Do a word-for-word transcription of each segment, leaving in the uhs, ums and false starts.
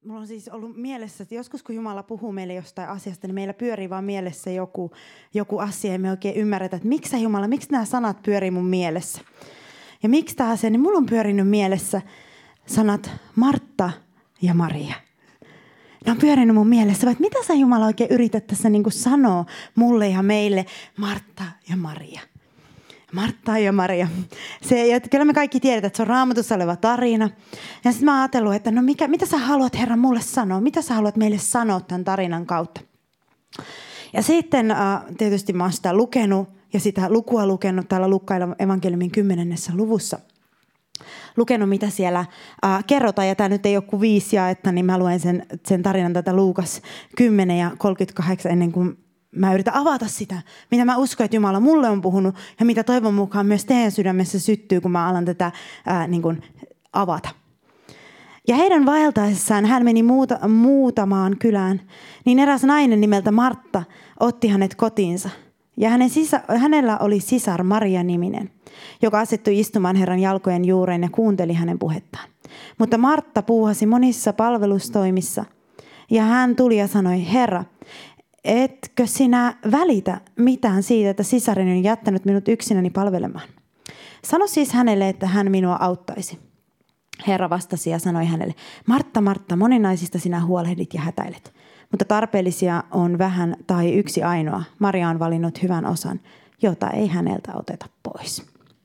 mulla on siis ollut mielessä, että joskus kun Jumala puhuu meille jostain asiasta, niin meillä pyörii vaan mielessä joku, joku asia ja me oikein ymmärretään, että miksi sä Jumala, miksi nämä sanat pyörii mun mielessä. Ja miksi tämä asia, niin mulla on pyörinyt mielessä sanat Martta ja Maria. Ne on pyörinyt mun mielessä, että mitä sä Jumala oikein yrität tässä niin kuin sanoa mulle ja meille, Martta ja Maria. Martta ja Maria. Se, ja kyllä me kaikki tiedetään, että se on Raamatussa oleva tarina. Ja sitten mä oon ajatellut, että no mikä, mitä sä haluat Herra mulle sanoa? Mitä sä haluat meille sanoa tämän tarinan kautta? Ja sitten äh, tietysti mä oon sitä lukenut ja sitä lukua lukenut täällä Luukkaan evankeliumin kymmenennessä luvussa. Lukenut, mitä siellä äh, kerrotaan, ja tämä nyt ei ole kuin viisi jaetta, niin mä luen sen, sen tarinan tätä Luukas kymmenen ja kolmekymmentäkahdeksan ennen kuin mä yritän avata sitä, mitä mä uskon, että Jumala mulle on puhunut ja mitä toivon mukaan myös teidän sydämessä syttyy, kun mä alan tätä ää, niin kuin avata. Ja heidän vaeltaessaan hän meni muuta, muutamaan kylään, niin eräs nainen nimeltä Martta otti hänet kotiinsa. Ja hänen sisä, hänellä oli sisar Maria-niminen, joka asettui istumaan Herran jalkojen juureen ja kuunteli hänen puhettaan. Mutta Martta puuhasi monissa palvelustoimissa ja hän tuli ja sanoi, Herra, etkö sinä välitä mitään siitä, että sisareni on jättänyt minut yksinäni palvelemaan? Sano siis hänelle, että hän minua auttaisi. Herra vastasi ja sanoi hänelle, Martta, Martta, moninaisista sinä huolehdit ja hätäilet. Mutta tarpeellisia on vähän tai yksi ainoa. Maria on valinnut hyvän osan, jota ei häneltä oteta pois.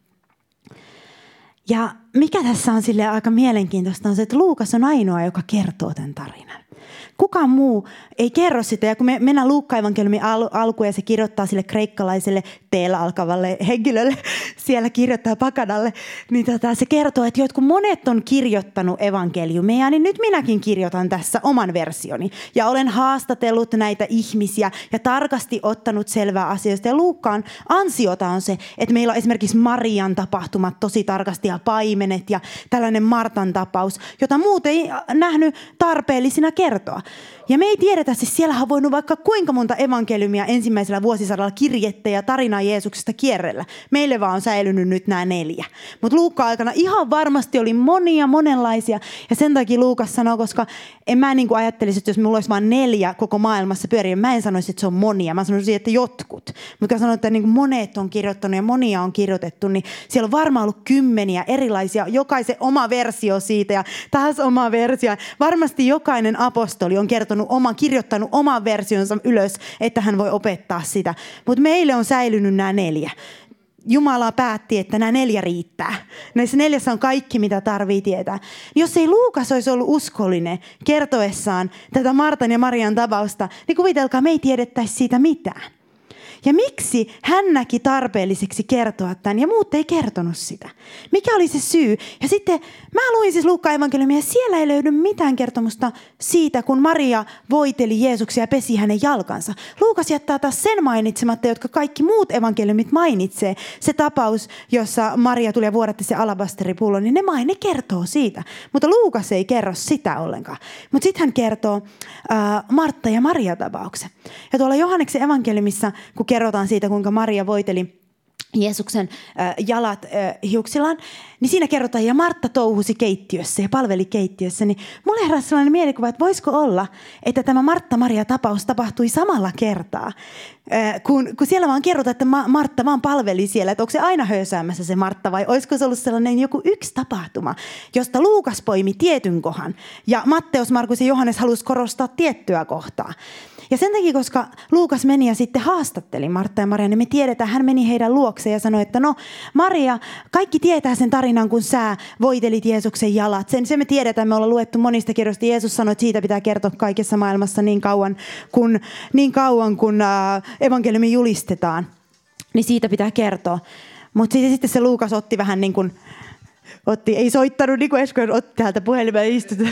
Ja mikä tässä on sille aika mielenkiintoista on se, että Luukas on ainoa, joka kertoo tämän tarinan. Kukaan muu ei kerro sitä. Ja kun me mennään Luukkaan evankeliumin al- alkuun ja se kirjoittaa sille kreikkalaiselle teellä alkavalle henkilölle, siellä kirjoittaa pakanalle, niin tota, se kertoo, että jotkut monet on kirjoittanut evankeliumia, niin nyt minäkin kirjoitan tässä oman versioni. Ja olen haastatellut näitä ihmisiä ja tarkasti ottanut selvää asioista. Ja Luukkaan ansiota on se, että meillä on esimerkiksi Marian tapahtumat tosi tarkasti ja paimenet ja tällainen Martan tapaus, jota muut ei nähnyt tarpeellisina kertoa. Ja me ei tiedetä, siis siellä on voinut vaikka kuinka monta evankeliumia ensimmäisellä vuosisadalla kirjettä ja tarinaa Jeesuksesta kierrellä. Meille vaan on säilynyt nyt nämä neljä. Mutta Luukkaan aikana ihan varmasti oli monia, monenlaisia. Ja sen takia Luukas sanoo, koska en mä niin kuin ajattelisi, että jos minulla olisi vain neljä koko maailmassa pyöriä, mä en sanoisi, että se on monia. Mä sanoisin, että jotkut. Mutta sanon, että niin kuin monet on kirjoittanut ja monia on kirjoitettu, niin siellä on varmaan ollut kymmeniä erilaisia, jokaisen oma versio siitä ja taas oma versio. Varmasti jokainen apostoli on kertonut oman, kirjoittanut oman versionsa ylös, että hän voi opettaa sitä. Mutta meille on säilynyt nämä neljä. Jumala päätti, että nämä neljä riittää. Näissä neljässä on kaikki, mitä tarvii tietää. Jos ei Luukas olisi ollut uskollinen kertoessaan tätä Martan ja Marian tapausta, niin kuvitelkaa, me ei tiedettäisi siitä mitään. Ja miksi hän näki tarpeelliseksi kertoa tämän ja muut ei kertonut sitä? Mikä oli se syy? Ja sitten mä luin siis Luukkaan evankeliumia ja siellä ei löydy mitään kertomusta siitä, kun Maria voiteli Jeesuksia ja pesi hänen jalkansa. Luukas jättää taas sen mainitsematta, jotka kaikki muut evankeliumit mainitsee. Se tapaus, jossa Maria tuli ja vuodatti se alabasteripullon, niin ne maine kertoo siitä. Mutta Luukas ei kerro sitä ollenkaan. Mutta sitten hän kertoo äh, Martta ja Maria tapauksen. Ja tuolla Johanneksen evankeliumissa, kun kerrotaan siitä, kuinka Maria voiteli Jeesuksen äh, jalat äh, hiuksillaan, niin siinä kerrotaan, ja Martta touhusi keittiössä ja palveli keittiössä, niin mulle heräsi sellainen mielikuva, että voisiko olla, että tämä Martta-Maria-tapaus tapahtui samalla kertaa, äh, kun, kun siellä vaan kerrotaan, että Ma- Martta vaan palveli siellä, että onko se aina höysäämässä se Martta, vai olisiko se ollut sellainen joku yksi tapahtuma, josta Luukas poimi tietyn kohan, ja Matteus, Markus ja Johannes halusi korostaa tiettyä kohtaa. Ja sen takia, koska Luukas meni ja sitten haastatteli Martta ja Maria, niin me tiedetään, hän meni heidän luokseen ja sanoi, että no Maria, kaikki tietää sen tarinan, kun sä voitelit Jeesuksen jalat. Sen, sen me tiedetään, me ollaan luettu monista kirjoista. Jeesus sanoi, että siitä pitää kertoa kaikessa maailmassa niin kauan, kun, niin kauan, kun äh, evankeliumi julistetaan. Niin siitä pitää kertoa. Mutta sitten se Luukas otti vähän niin kuin, otti, ei soittanut niin kuin äsken, otti täältä puhelimeen ja istui.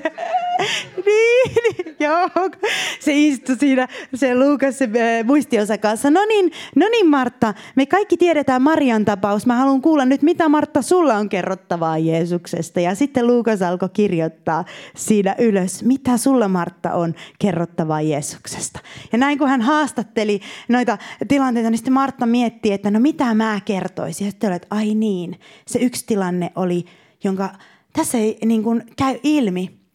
niin, niin, joo. Se istui siinä, se Luukas se muistionsa kanssa. No niin, no niin Martta, me kaikki tiedetään Marian tapaus. Mä haluan kuulla nyt, mitä Martta sulla on kerrottavaa Jeesuksesta. Ja sitten Luukas alkoi kirjoittaa siinä ylös, mitä sulla Martta on kerrottavaa Jeesuksesta. Ja näin kun hän haastatteli noita tilanteita, niin sitten Martta mietti, että no mitä mä kertoisin. Ja sitten olet, ai niin, se yksi tilanne oli, jonka tässä ei niin kuin käy ilmi,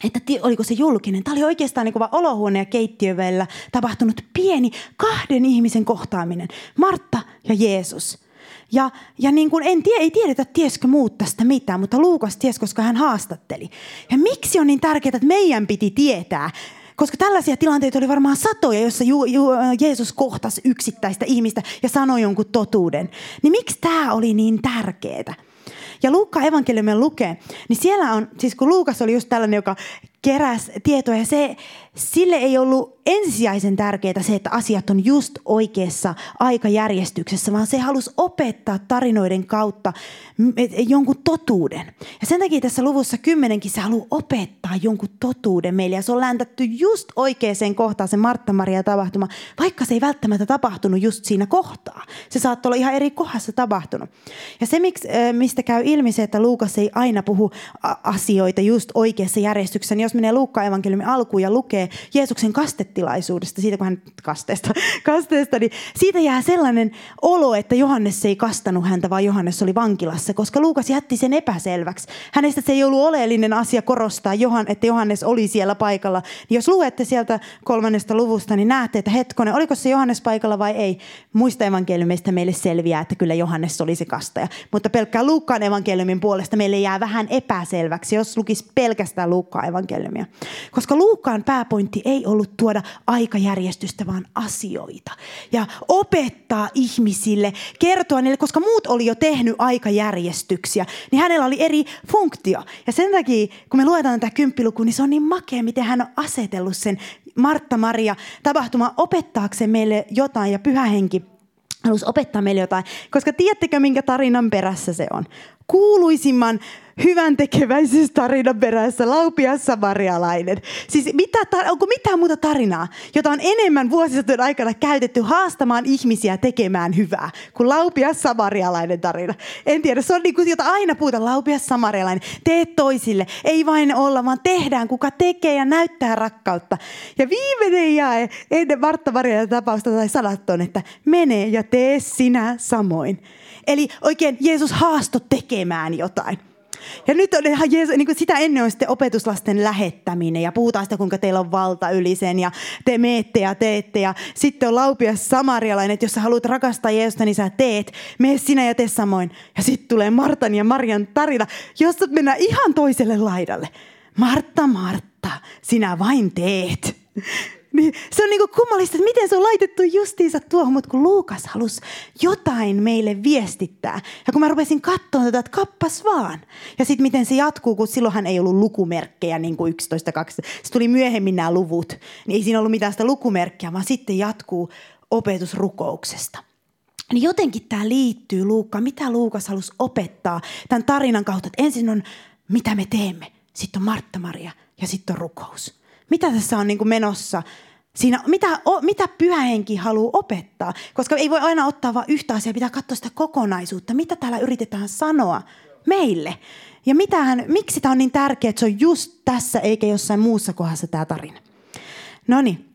että oliko se julkinen. Tämä oli oikeastaan niin kuin vaan olohuone ja keittiön välillä tapahtunut pieni kahden ihmisen kohtaaminen. Martta ja Jeesus. Ja, ja niin kuin en tie, ei tiedetä, tieskö muut tästä mitään, mutta Luukas ties, koska hän haastatteli. Ja miksi on niin tärkeää, että meidän piti tietää? Koska tällaisia tilanteita oli varmaan satoja, joissa Ju, Ju, Jeesus kohtasi yksittäistä ihmistä ja sanoi jonkun totuuden. Niin miksi tämä oli niin tärkeää? Ja Luukkaan evankeliumin lukee, niin siellä on, siis kun Luukas oli just tällainen, joka keräsi tietoa ja se, sille ei ollut ensisijaisen tärkeää se, että asiat on just oikeassa aikajärjestyksessä, vaan se halusi opettaa tarinoiden kautta jonkun totuuden. Ja sen takia tässä luvussa kymmenenkin se haluaa opettaa jonkun totuuden meille ja se on läntätty just oikeaan kohtaan se Martta-Maria-tapahtuma, vaikka se ei välttämättä tapahtunut just siinä kohtaa. Se saattoi olla ihan eri kohdassa tapahtunut. Ja se, mistä käy ilmi se, että Luukas ei aina puhu asioita just oikeassa järjestyksessä, niin jos menee Luukkaan evankeliumin alkuun ja lukee Jeesuksen kastetilaisuudesta, siitä kun hän kasteesta, kasteesta, niin siitä jää sellainen olo, että Johannes ei kastanut häntä, vaan Johannes oli vankilassa, koska Luukas jätti sen epäselväksi. Hänestä se ei ollut oleellinen asia korostaa, että Johannes oli siellä paikalla. Niin jos luette sieltä kolmannesta luvusta, niin näette, että hetkonen, oliko se Johannes paikalla vai ei? Muista evankeliumista meille selviää, että kyllä Johannes oli se kastaja. Mutta pelkkää Luukkaan evankeliumin puolesta meille jää vähän epäselväksi, jos lukisi pelkästään Luukkaan evankeliumia. Koska Luukkaan pääpointti ei ollut tuoda aikajärjestystä, vaan asioita. Ja opettaa ihmisille, kertoa niille, koska muut oli jo tehnyt aikajärjestyksiä, niin hänellä oli eri funktio. Ja sen takia, kun me luetaan tätä kymppilukuun, niin se on niin makea, miten hän on asetellut sen Martta-Maria tapahtuma opettaakseen meille jotain ja Pyhä Henki halusi opettaa meille jotain. Koska tiedättekö, minkä tarinan perässä se on? Kuuluisimman hyvän tekeväisyystarinan perässä laupias samarialainen. Siis mitä, onko mitään muuta tarinaa, jota on enemmän vuosisatojen aikana käytetty haastamaan ihmisiä tekemään hyvää kuin laupias samarialainen tarina? En tiedä, se on niin kuin jota aina puhutaan, laupias samarialainen. Tee toisille, ei vain olla, vaan tehdään, kuka tekee ja näyttää rakkautta. Ja viimeinen jae ennen Martta-Marian tapausta tai sanat on, että mene ja tee sinä samoin. Eli oikein Jeesus haastoi tekemään jotain. Ja nyt on ihan Jeesus, niin kuin sitä ennen on sitten opetuslasten lähettäminen ja puhutaan sitä, kuinka teillä on valta yli sen ja te meette ja teette. Ja sitten on laupias samarialainen, että jos sä haluat rakastaa Jeesusta, niin sä teet. Mene sinä ja tee samoin. Ja sitten tulee Martan ja Marian tarina, josta mennään ihan toiselle laidalle. Martta, Martta, sinä vain teet. Niin, se on niin kuin kummallista, että miten se on laitettu justiinsa tuohon, mutta kun Luukas halusi jotain meille viestittää. Ja kun mä rupesin katsomaan tätä, että kappas vaan. Ja sitten miten se jatkuu, kun silloinhan ei ollut lukumerkkejä niin kuin yksitoista kaksitoista. Se tuli myöhemmin nämä luvut. Niin ei siinä ollut mitään sitä lukumerkkiä, vaan sitten jatkuu opetusrukouksesta. Niin jotenkin tämä liittyy Luukkaan. Mitä Luukas halusi opettaa tämän tarinan kautta? Että ensin on, mitä me teemme. Sitten on Martta-Maria ja sitten on rukous. Mitä tässä on niin kuin menossa? Siinä, mitä, o, mitä Pyhä Henki haluaa opettaa? Koska ei voi aina ottaa vain yhtä asiaa, pitää katsoa sitä kokonaisuutta. Mitä täällä yritetään sanoa meille? Ja mitähän, miksi tämä on niin tärkeää, että se on just tässä eikä jossain muussa kohdassa tämä tarina? Noniin.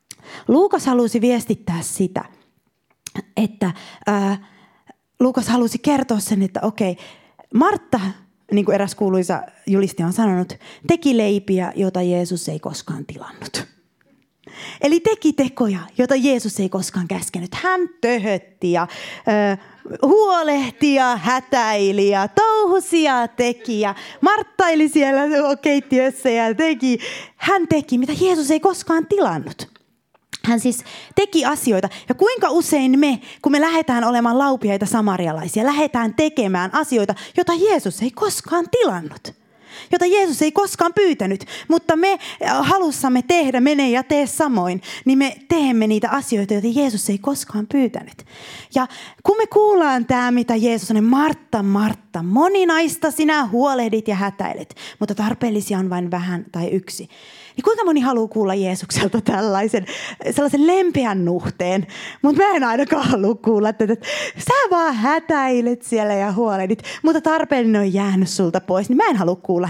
Luukas halusi viestittää sitä, että ää, Luukas halusi kertoa sen, että okei, Martta, niin kuin eräs kuuluisa julistaja on sanonut, teki leipiä, jota Jeesus ei koskaan tilannut. Eli teki tekoja, jota Jeesus ei koskaan käskenyt. Hän töhötti ja äh, huolehti ja hätäili ja touhusi ja teki ja marttaili siellä keittiössä ja teki. Hän teki, mitä Jeesus ei koskaan tilannut. Hän siis teki asioita. Ja kuinka usein me, kun me lähdetään olemaan laupiaita samarialaisia, lähdetään tekemään asioita, joita Jeesus ei koskaan tilannut. Jota Jeesus ei koskaan pyytänyt, mutta me halussamme tehdä, mene ja tee samoin, niin me teemme niitä asioita, joita Jeesus ei koskaan pyytänyt. Ja kun me kuullaan tämä, mitä Jeesus on, Martta, Martta, moninaista sinä huolehdit ja hätäilet, mutta tarpeellisia on vain vähän tai yksi. Niin kuinka moni haluaa kuulla Jeesukselta tällaisen, sellaisen lempeän nuhteen, mutta mä en ainakaan halua kuulla, että, että sä vaan hätäilet siellä ja huolehdit, mutta tarpeellinen on jäänyt sulta pois, niin mä en halua kuulla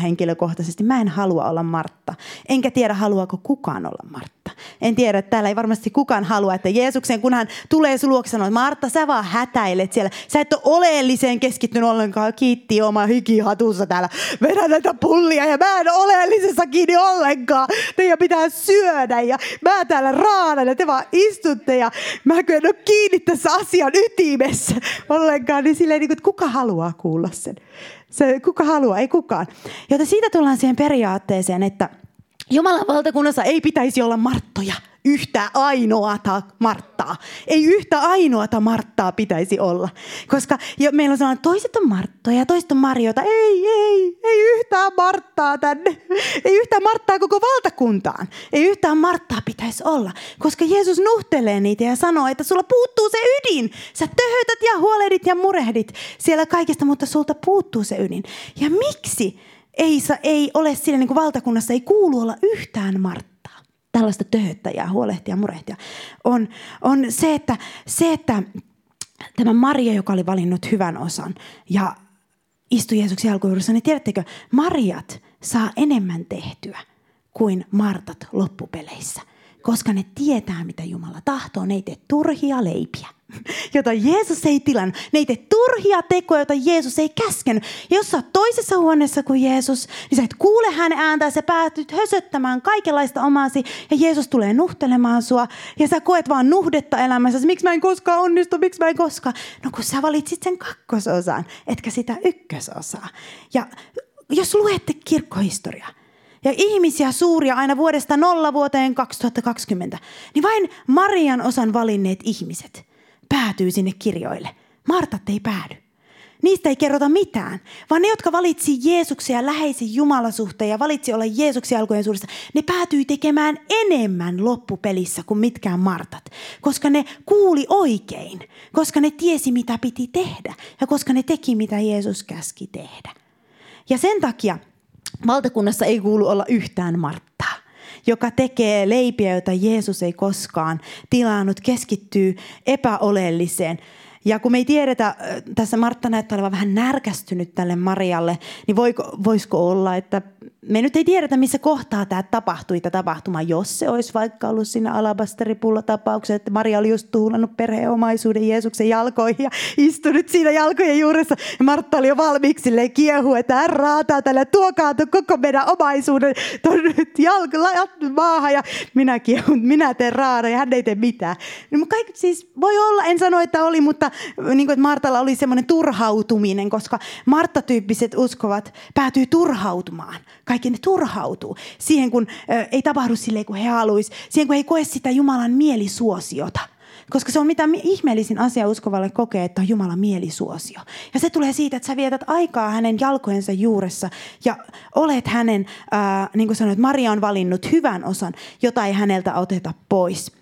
henkilökohtaisesti, mä en halua olla Martta. Enkä tiedä, haluaako kukaan olla Martta. En tiedä, että täällä ei varmasti kukaan halua, että Jeesuksen, kun hän tulee sun luokse, sanoo, että Martta, sä vaan hätäilet siellä. Sä et ole oleelliseen keskittynyt ollenkaan. Kiitti oma hikihatussa täällä. Vedä näitä pullia ja mä en oleellisessa kiinni ollenkaan. Teidän pitää syödä ja mä täällä raadan ja te vaan istutte ja mä en ole kiinni tässä asian ytimessä ollenkaan. Niin silleen, että kuka haluaa kuulla sen? Se, kuka haluaa? Ei kukaan. Joten siitä tullaan siihen periaatteeseen, että Jumalan valtakunnassa ei pitäisi olla Marttoja. Yhtä ainoata Marttaa. Ei yhtä ainoata Marttaa pitäisi olla. Koska meillä on sellainen, toiset on Marttoja ja toiset on Marjoita. Ei, ei, ei yhtään Marttaa tänne. Ei yhtään Marttaa koko valtakuntaan. Ei yhtään Marttaa pitäisi olla. Koska Jeesus nuhtelee niitä ja sanoo, että sulla puuttuu se ydin. Sä töhötät ja huolehdit ja murehdit siellä kaikesta, mutta sulta puuttuu se ydin. Ja miksi ei, ei ole sillä niin kuin valtakunnassa, ei kuulu olla yhtään Marttaa? Tällaista töhöttäjää, huolehtia, murehtia, on, on se, että, se, että tämä Maria, joka oli valinnut hyvän osan ja istui Jeesuksen jalkojuurissa, niin tiedättekö, Mariat saa enemmän tehtyä kuin Martat loppupeleissä, koska ne tietää, mitä Jumala tahtoo. Ne ei tee turhia leipiä, jota Jeesus ei tilannut. Ne ei tee turhia tekoja, jota Jeesus ei käskenyt. Ja jos sä oot toisessa huoneessa kuin Jeesus, niin sä et kuule hänen ääntään, sä päätyt hösöttämään kaikenlaista omasi ja Jeesus tulee nuhtelemaan sua ja sä koet vaan nuhdetta elämässä. Miksi mä en koskaan onnistu, miksi mä en koskaan? No kun sä valitsit sen kakkososan, etkä sitä ykkösosaa. Ja jos luette kirkkohistoriaa, ja ihmisiä suuria aina vuodesta nolla vuoteen kaksituhattakaksikymmentä, niin vain Marian osan valinneet ihmiset päätyy sinne kirjoille. Martat ei päädy. Niistä ei kerrota mitään, vaan ne, jotka valitsi Jeesuksen ja läheisen Jumalasuhteen ja valitsi olla Jeesuksen jalkojen suurissa, ne päätyi tekemään enemmän loppupelissä kuin mitkään Martat, koska ne kuuli oikein, koska ne tiesi, mitä piti tehdä ja koska ne teki, mitä Jeesus käski tehdä. Ja sen takia valtakunnassa ei kuulu olla yhtään Marttaa, joka tekee leipiä, joita Jeesus ei koskaan tilannut, keskittyy epäoleelliseen. Ja kun me ei tiedetä, tässä Martta näyttää olevan vähän närkästynyt tälle Marialle, niin voiko, voisiko olla, että me nyt ei tiedetä, missä kohtaa tämä tapahtui, tämä tapahtuma. Jos se olisi vaikka ollut siinä alabasteripullatapauksessa, että Maria oli just tuhlannut perheen omaisuuden Jeesuksen jalkoihin ja istunut siinä jalkojen juuressa. Ja Martta oli jo valmiiksi silleen kiehu, että hän raataa tällä, tuokaa koko meidän omaisuuden tuonne jalko, maahan ja minä kiehun, minä teen raada ja hän ei tee mitään. No, kaikki, siis voi olla, en sano, että oli, mutta niin kuin, että Martalla oli semmoinen turhautuminen, koska Martta-tyyppiset uskovat päätyy turhautumaan. Kaikki ne turhautuu siihen, kun ö, ei tapahdu silleen, kun he haluaisi. Siihen, kun he ei koe sitä Jumalan mielisuosiota. Koska se on mitä ihmeellisin asia uskovalle kokee, että on Jumalan mielisuosio. Ja se tulee siitä, että sä vietät aikaa hänen jalkojensa juuressa ja olet hänen, äh, niin kuin sanoit, Maria on valinnut hyvän osan, jota ei häneltä oteta pois.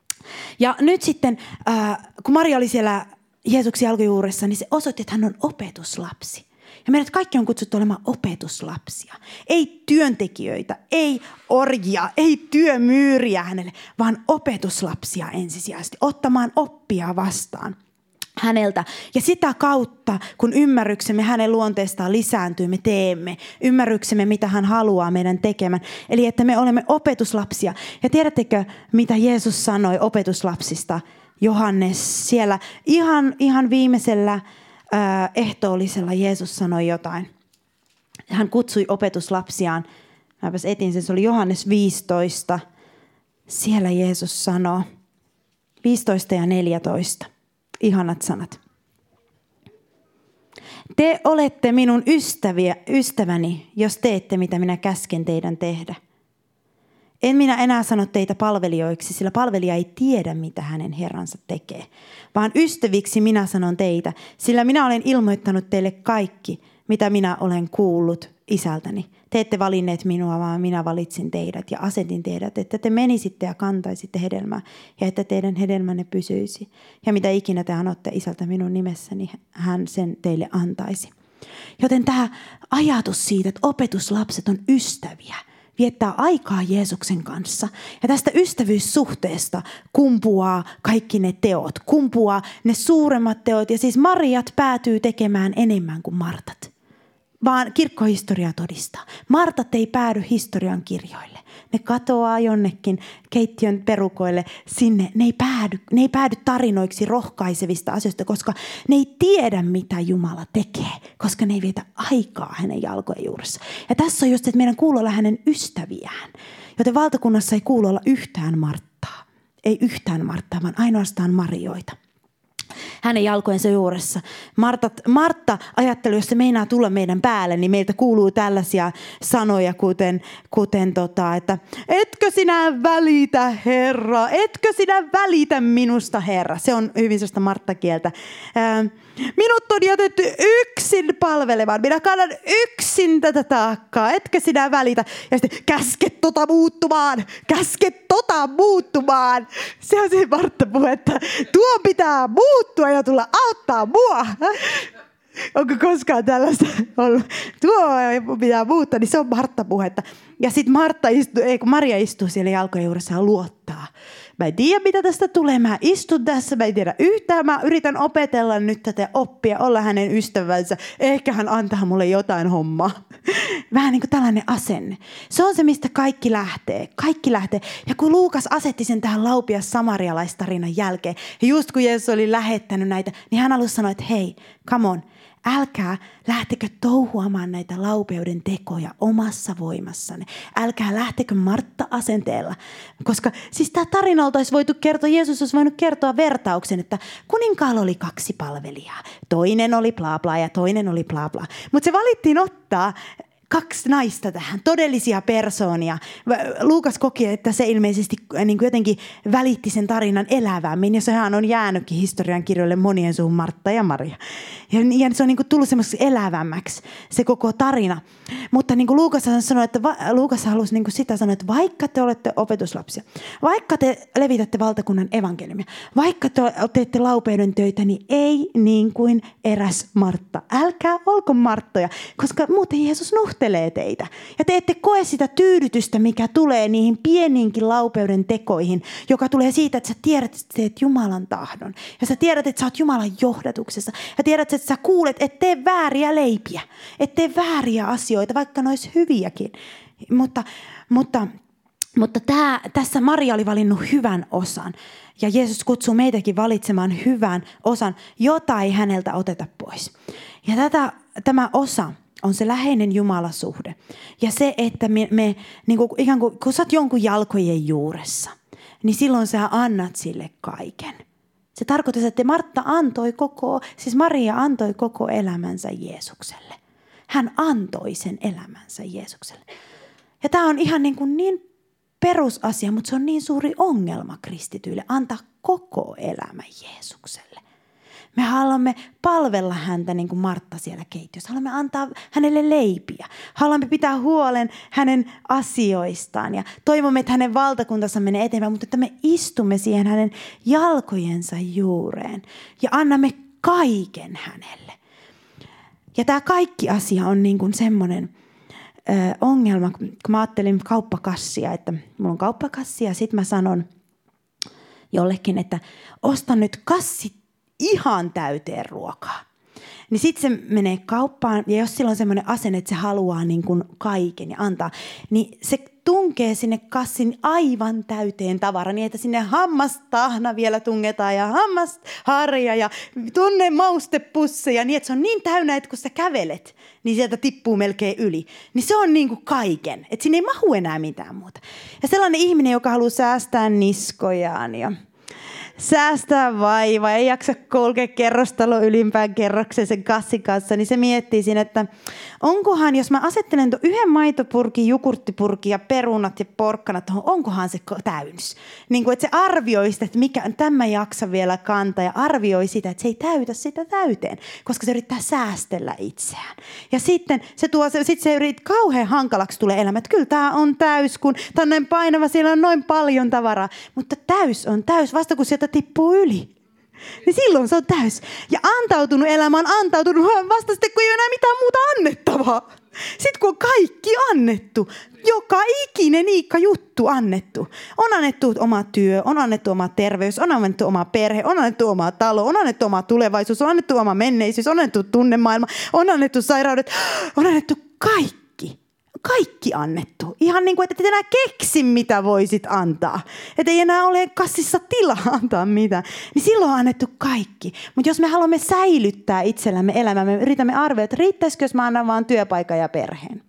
Ja nyt sitten, äh, kun Maria oli siellä Jeesuksen jalkojuuressa, niin se osoitti, että hän on opetuslapsi. Ja meidät kaikki on kutsuttu olemaan opetuslapsia. Ei työntekijöitä, ei orjia, ei työmyyriä hänelle, vaan opetuslapsia ensisijaisesti. Ottamaan oppia vastaan häneltä. Ja sitä kautta, kun ymmärryksemme hänen luonteestaan lisääntyy, me teemme. Ymmärryksemme, mitä hän haluaa meidän tekemään. Eli että me olemme opetuslapsia. Ja tiedättekö, mitä Jeesus sanoi opetuslapsista? Johannes siellä ihan, ihan viimeisellä ehtoollisella Jeesus sanoi jotain. Hän kutsui opetuslapsiaan. Mäpäs etin sen, se oli Johannes viisitoista. Siellä Jeesus sanoo, viisitoista ja neljätoista. Ihanat sanat. Te olette minun ystäviä, ystäväni, jos teette, mitä minä käsken teidän tehdä. En minä enää sano teitä palvelijoiksi, sillä palvelija ei tiedä, mitä hänen herransa tekee. Vaan ystäviksi minä sanon teitä, sillä minä olen ilmoittanut teille kaikki, mitä minä olen kuullut isältäni. Te ette valinneet minua, vaan minä valitsin teidät ja asetin teidät, että te menisitte ja kantaisitte hedelmää ja että teidän hedelmänne pysyisi. Ja mitä ikinä te anotte isältä minun nimessäni, hän sen teille antaisi. Joten tämä ajatus siitä, että opetuslapset on ystäviä, viettää aikaa Jeesuksen kanssa. Ja tästä ystävyyssuhteesta kumpuaa kaikki ne teot, kumpuaa ne suuremmat teot. Ja siis Mariat päätyy tekemään enemmän kuin Martat. vaan kirkkohistoria todistaa. Martat ei päädy historian kirjoille. Ne katoaa jonnekin keittiön perukoille sinne. Ne ei päädy, ne ei päädy tarinoiksi rohkaisevista asioista, koska ne ei tiedä, mitä Jumala tekee, koska ne ei vietä aikaa hänen jalkojen juuressa. Ja tässä on just, että meidän kuuluu olla hänen ystäviään, joten valtakunnassa ei kuulu olla yhtään Marttaa. Ei yhtään Marttaa, vaan ainoastaan Marioita hänen jalkojensa juuressa. Martat, Martta ajatteli, jos se meinaa tulla meidän päälle, niin meiltä kuuluu tällaisia sanoja, kuten, kuten tota, että etkö sinä välitä, Herra, etkö sinä välitä minusta, Herra. Se on hyvin sellaista Martta-kieltä. Ää, minut on jätetty yksin palvelemaan. Minä kannan yksin tätä taakkaa. Etkö sinä välitä? Ja sitten käske tota muuttumaan. Käske tota muuttumaan. Se on se Martta-puhe, että tuo pitää muuttua ja tulla auttaa mua. Onko koskaan tällaista ollut? Tuo pitää muuttaa, niin se on Martta-puhetta. Ja sitten Martta istuu, ei, kun Maria istuu siellä jalkojen juuressa ja luottaa. Mä en tiedä, mitä tästä tulee. Mä istun tässä, mä en tiedä yhtään. Mä yritän opetella nyt tätä oppia, olla hänen ystävänsä. Ehkä hän antaa mulle jotain hommaa. Vähän niin kuin tällainen asenne. Se on se, mistä kaikki lähtee. Kaikki lähtee. Ja kun Luukas asetti sen tähän laupias samarialaistarinan jälkeen, ja just kun Jeesus oli lähettänyt näitä, niin hän alussa sanoi, että hei, come on. Älkää lähtekö touhuamaan näitä laupeuden tekoja omassa voimassanne. Älkää lähtekö Martta-asenteella. Koska siis tämä tarina oltaisi voitu kertoa, Jeesus olisi voinut kertoa vertauksen, että kuninkaalla oli kaksi palvelijaa. Toinen oli bla bla ja toinen oli bla bla. Mutta se valittiin ottaa kaksi naista tähän, todellisia persoonia. Luukas koki, että se ilmeisesti niin kuin jotenkin välitti sen tarinan elävämmin, ja sehän on jäänytkin historian kirjoille monien suun Martta ja Maria. Ja, ja se on niin kuin tullut semmoiseksi elävämmäksi se koko tarina. Mutta niin kuin Luukas sanoi, että va, Luukas halusi niin kuin sitä sanoa, että vaikka te olette opetuslapsia, vaikka te levitätte valtakunnan evankeliumia, vaikka te teette laupeuden töitä, niin ei niin kuin eräs Martta. Älkää olko Marttoja, koska muuten Jeesus nuhtelee teitä. Ja te ette koe sitä tyydytystä, mikä tulee niihin pieniinkin laupeuden tekoihin, joka tulee siitä, että sä tiedät, että teet Jumalan tahdon. Ja sä tiedät, että sä oot Jumalan johdatuksessa. Ja tiedät, että sä kuulet, et tee vääriä leipiä. Et tee vääriä asioita, vaikka ne olisi hyviäkin. Mutta, mutta, mutta tää, tässä Maria oli valinnut hyvän osan. Ja Jeesus kutsuu meitäkin valitsemaan hyvän osan, jota ei häneltä oteta pois. Ja tätä, tämä osa on se läheinen Jumalasuhde. Ja se, että me, me niin kuin, ikään kuin, kun sä oot jonkun jalkojen juuressa, niin silloin sä annat sille kaiken. Se tarkoittaa, että Martta antoi koko, siis Maria antoi koko elämänsä Jeesukselle. Hän antoi sen elämänsä Jeesukselle. Ja tämä on ihan niin, kuin niin perusasia, mutta se on niin suuri ongelma kristityille, antaa koko elämä Jeesukselle. Me haluamme palvella häntä niin kuin Martta siellä keittiössä. Haluamme antaa hänelle leipiä. Haluamme pitää huolen hänen asioistaan ja toivomme, että hänen valtakuntansa menee eteenpäin, mutta että me istumme siihen hänen jalkojensa juureen ja annamme kaiken hänelle. Ja tämä kaikki asia on niin kuin semmoinen ö, ongelma, kun mä ajattelin kauppakassia, että mulla on kauppakassi ja sitten mä sanon jollekin, että osta nyt kassit ihan täyteen ruokaa. Niin sitten se menee kauppaan ja jos sillä on semmoinen asenne, että se haluaa niin kuin kaiken ja antaa, niin se tunkee sinne kassin aivan täyteen tavaraa, niin että sinne hammastahna vielä tungetaan ja hammasharja ja tunne maustepusseja, niin että se on niin täynnä, että kun sä kävelet, niin sieltä tippuu melkein yli. Niin se on niin kuin kaiken, että sinne ei mahu enää mitään muuta. Ja sellainen ihminen, joka haluaa säästää niskojaan ja säästää vaivaa, ei jaksa kulkea kerrostalo ylimpään kerrokseen sen kassin kanssa, niin se miettii siinä, että onkohan, jos mä asettelen tuon yhden maitopurkin, jogurttipurkin ja perunat ja porkkanat, onkohan se täynnys? Niin kuin, että se arvioi sitä, että mikä, tämä jaksa vielä kantaa ja arvioi sitä, että se ei täytä sitä täyteen, koska se yrittää säästellä itseään. Ja sitten se tuo, sit se yrittää, kauhean hankalaksi tulee elämä, että kyllä tämä on täys, kun tämä on näin painava, siellä on noin paljon tavaraa, mutta täys on täys, vasta kun sieltä tippuu yli. Niin silloin se on täys. Ja antautunut elämä on antautunut vasta sitten, kun ei ole enää mitään muuta annettavaa. Sitten kun on kaikki annettu, joka ikinen niikka juttu annettu. On annettu oma työ, on annettu oma terveys, on annettu oma perhe, on annettu oma talo, on annettu oma tulevaisuus, on annettu oma menneisyys, on annettu tunnemaailma, on annettu sairaudet, on annettu kaikki. Kaikki annettu. Ihan niin kuin, että et enää keksi, mitä voisit antaa. Että ei enää ole kassissa tilaa antaa mitään. Niin silloin on annettu kaikki. Mutta jos me haluamme säilyttää itsellämme elämää, me yritämme arvioida, että riittäisikö, jos mä annan vaan työpaikan ja perheen.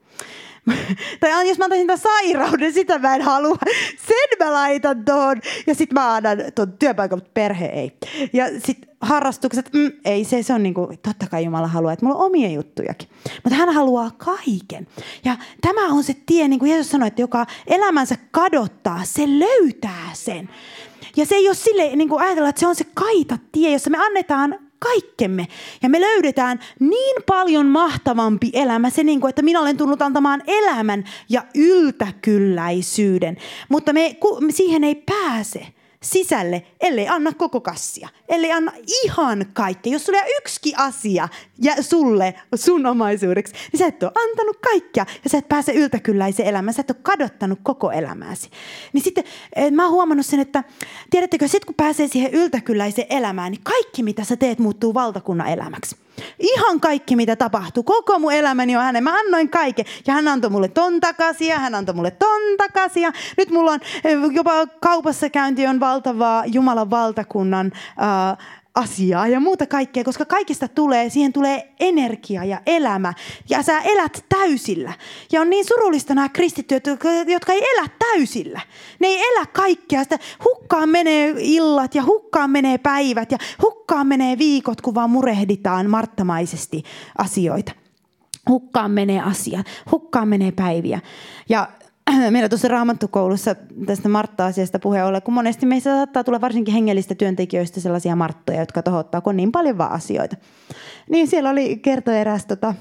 Tai jos mä antaisin tämän sairauden, sitä mä en halua. Sen mä laitan tuohon. Ja sit mä annan tuon työpaikan, mutta perhe ei. Ja sit harrastukset, mm, ei se, se on niinku, totta kai Jumala haluaa, että mulla on omia juttujakin. Mutta hän haluaa kaiken. Ja tämä on se tie, niin kuin Jeesus sanoi, että joka elämänsä kadottaa, se löytää sen. Ja se ei ole silleen, niin kuin ajatella, että se on se kaita tie, jossa me annetaan kaikkemme. Ja me löydetään niin paljon mahtavampi elämä. Se niin kuin, että minä olen tullut antamaan elämän ja yltäkylläisyyden. Mutta me, me siihen ei pääse sisälle, ellei anna koko kassia. Ellei anna ihan kaikkea. Jos sulla on yksikin asia ja sulle sun omaisuudeksi, niin sä et ole antanut kaikkea. Ja sä et pääse yltäkylläiseen elämään. Sä et ole kadottanut koko elämääsi. Niin sitten mä oon huomannut sen, että tiedättekö, sit kun pääsee siihen yltäkylläiseen elämään, niin kaikki mitä sä teet muuttuu valtakunnan elämäksi. Ihan kaikki, mitä tapahtuu. Koko mun elämäni on hänen. Mä annoin kaiken. Ja hän antoi mulle ton takaisia, hän antoi mulle ton takaisia. Nyt mulla on jopa kaupassa käynti on valtavaa Jumalan valtakunnan äh, asiaa ja muuta kaikkea, koska kaikista tulee, siihen tulee energia ja elämä. Ja sä elät täysillä. Ja on niin surullista nämä kristittyjät, jotka ei elä täysillä. Ne ei elä kaikkea. Sitä hukkaan menee illat ja hukkaan menee päivät ja hukkaan menee viikot, kun vaan murehditaan marttamaisesti asioita. Hukkaan menee asiat, hukkaan menee päiviä. Ja meillä tuossa Raamattukoulussa tästä Martta-asiasta puheen ollen, kun monesti meissä saattaa tulla varsinkin hengellistä työntekijöistä sellaisia Marttoja, jotka tohottaa niin paljon vaan asioita. Niin siellä oli kertoi eräs tota,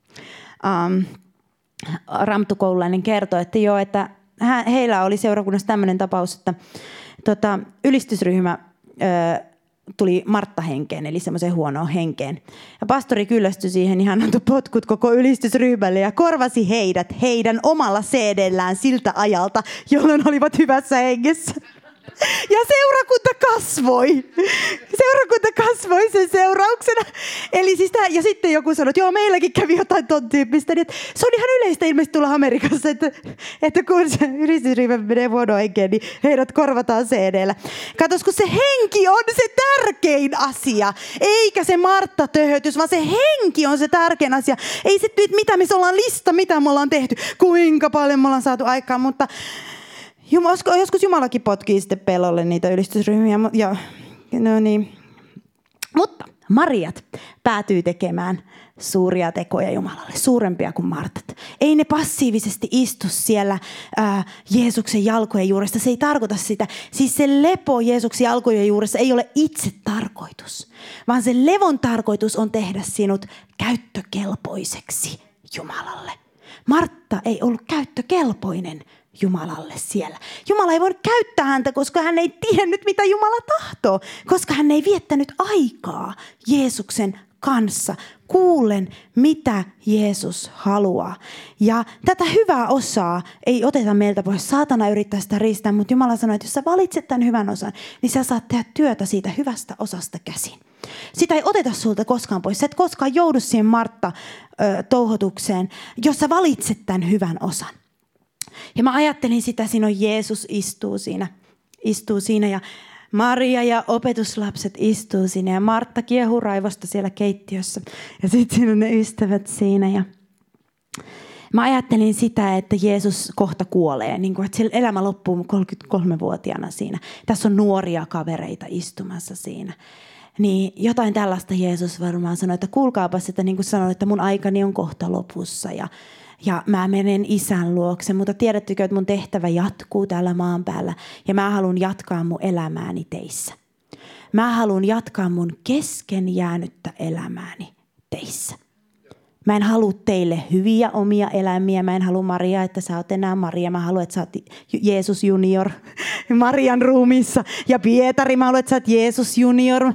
um, Raamattukoululainen kertoi, että joo, että hän, heillä oli seurakunnassa tämmöinen tapaus, että tota, ylistysryhmä ö, tuli Martta-henkeen, eli semmoiseen huonoon henkeen. Ja pastori kyllästyi siihen, niin hän antoi potkut koko ylistysryhmälle ja korvasi heidät heidän omalla C D:llään siltä ajalta, jolloin olivat hyvässä hengessä. Ja seurakunta kasvoi. Seurakunta kasvoi sen seurauksena. Eli siis tää, ja sitten joku sanoi, että joo, meilläkin kävi jotain ton tyyppistä. Niin se on ihan yleistä ilmeisesti tulla Amerikassa, että, että kun se ylistysryhmä menee huonoon henkeen, niin heidät korvataan C D:llä. Katos, kun se henki on se tärkein asia. Eikä se Martta-töhötys, vaan se henki on se tärkein asia. Ei se nyt, mitä me ollaan lista, mitä me ollaan tehty, kuinka paljon me ollaan saatu aikaan, mutta joskus Jumalakin potkii sitten pelolle niitä ylistysryhmiä. Ja, no niin. Mutta Mariat päätyy tekemään suuria tekoja Jumalalle, suurempia kuin Martat. Ei ne passiivisesti istu siellä ää, Jeesuksen jalkojen juuresta. Se ei tarkoita sitä. Siis se lepo Jeesuksen jalkojen juuressa ei ole itse tarkoitus, vaan se levon tarkoitus on tehdä sinut käyttökelpoiseksi Jumalalle. Martta ei ollut käyttökelpoinen Jumalalle siellä. Jumala ei voinut käyttää häntä, koska hän ei tiennyt, mitä Jumala tahtoo. Koska hän ei viettänyt aikaa Jeesuksen kanssa. Kuulen, mitä Jeesus haluaa. Ja tätä hyvää osaa ei oteta meiltä pois. Saatana yrittää sitä riistää, mutta Jumala sanoi, että jos sä valitset tämän hyvän osan, niin sä saat tehdä työtä siitä hyvästä osasta käsin. Sitä ei oteta sulta koskaan pois. Sä et koskaan joudu siihen Martta-touhotukseen, jos sä valitset tämän hyvän osan. Ja mä ajattelin sitä, siinä on Jeesus istuu siinä, istuu siinä ja Maria ja opetuslapset istuu siinä ja Martta kiehuu raivosta siellä keittiössä. Ja sitten siinä on ne ystävät siinä ja mä ajattelin sitä, että Jeesus kohta kuolee, niin kuin, että sillä elämä loppuu kolmekymmentäkolmevuotiaana siinä. Tässä on nuoria kavereita istumassa siinä. Niin jotain tällaista Jeesus varmaan sanoi, että kuulkaapas, että niin kuin sanoin, että mun aikani on kohta lopussa ja Ja mä menen isän luokse, mutta tiedättekö, että mun tehtävä jatkuu täällä maan päällä. Ja mä haluan jatkaa mun elämääni teissä. Mä haluan jatkaa mun kesken jäänyttä elämääni teissä. Mä en halua teille hyviä omia elämiä. Mä en halua Maria, että sä oot enää Maria. Mä haluan, että sä oot Jeesus junior Marian ruumiissa. Ja Pietari, mä haluan, että sä oot Jeesus junior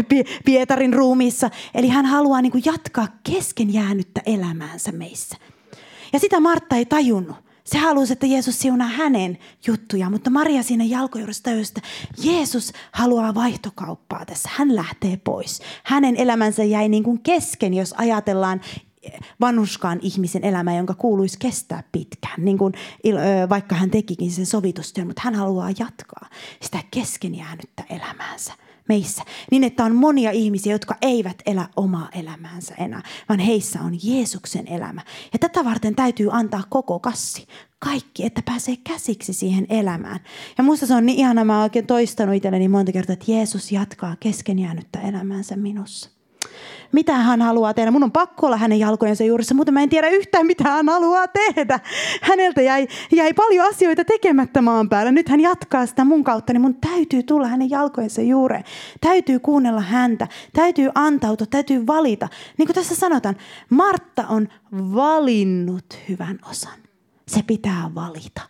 Pietarin ruumiissa. Eli hän haluaa niin kuin jatkaa kesken jäänyttä elämäänsä meissä. Ja sitä Martta ei tajunnut. Se halusi, että Jeesus siunaa hänen juttuja, mutta Maria siinä jalkojuuressa tajusi, että Jeesus haluaa vaihtokauppaa tässä. Hän lähtee pois. Hänen elämänsä jäi niin kuin kesken, jos ajatellaan vanhuskaan ihmisen elämää, jonka kuuluisi kestää pitkään. Niin kuin, vaikka hän tekikin sen sovitustyön, mutta hän haluaa jatkaa sitä kesken jäänyttä elämäänsä meissä. Niin, että on monia ihmisiä, jotka eivät elä omaa elämäänsä enää, vaan heissä on Jeesuksen elämä. Ja tätä varten täytyy antaa koko kassi. Kaikki, että pääsee käsiksi siihen elämään. Ja musta se on niin ihana, mä oon oikein toistanut itselleni monta kertaa, että Jeesus jatkaa kesken jäänyttä elämäänsä minussa. Mitä hän haluaa tehdä? Mun on pakko olla hänen jalkojensa juuressa, mutta mä en tiedä yhtään, mitä hän haluaa tehdä. Häneltä jäi, jäi paljon asioita tekemättä maan päällä. Nyt hän jatkaa sitä mun kautta, niin mun täytyy tulla hänen jalkojensa juureen. Täytyy kuunnella häntä, täytyy antautua, täytyy valita. Niin kuin tässä sanotaan, Martta on valinnut hyvän osan. Se pitää valita.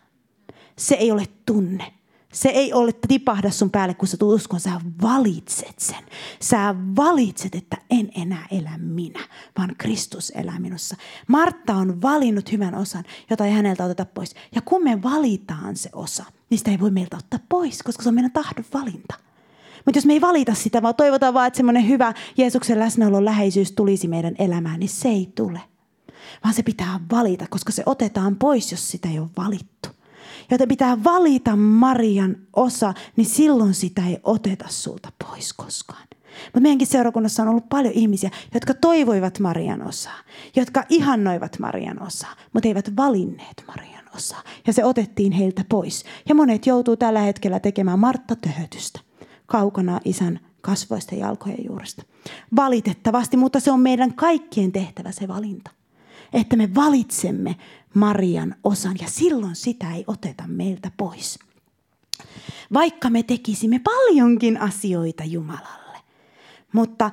Se ei ole tunne. Se ei ole tipahda sun päälle, kun sä tulet uskoon. Sä valitset sen. Sä valitset, että en enää elä minä, vaan Kristus elää minussa. Martta on valinnut hyvän osan, jota ei häneltä oteta pois. Ja kun me valitaan se osa, niin sitä ei voi meiltä ottaa pois, koska se on meidän tahdon valinta. Mutta jos me ei valita sitä, vaan toivotaan vaan, että semmoinen hyvä Jeesuksen läsnäolon läheisyys tulisi meidän elämään, niin se ei tule. Vaan se pitää valita, koska se otetaan pois, jos sitä ei ole valittu. Joten pitää valita Marian osa, niin silloin sitä ei oteta sulta pois koskaan. Mutta meidänkin seurakunnassa on ollut paljon ihmisiä, jotka toivoivat Marian osaa, jotka ihannoivat Marian osaa, mutta eivät valinneet Marian osaa. Ja se otettiin heiltä pois. Ja monet joutuu tällä hetkellä tekemään Martta-töhötystä kaukana isän kasvoista jalkojen juuresta. Valitettavasti, mutta se on meidän kaikkien tehtävä se valinta. Että me valitsemme Marian osan ja silloin sitä ei oteta meiltä pois. Vaikka me tekisimme paljonkin asioita Jumalalle. Mutta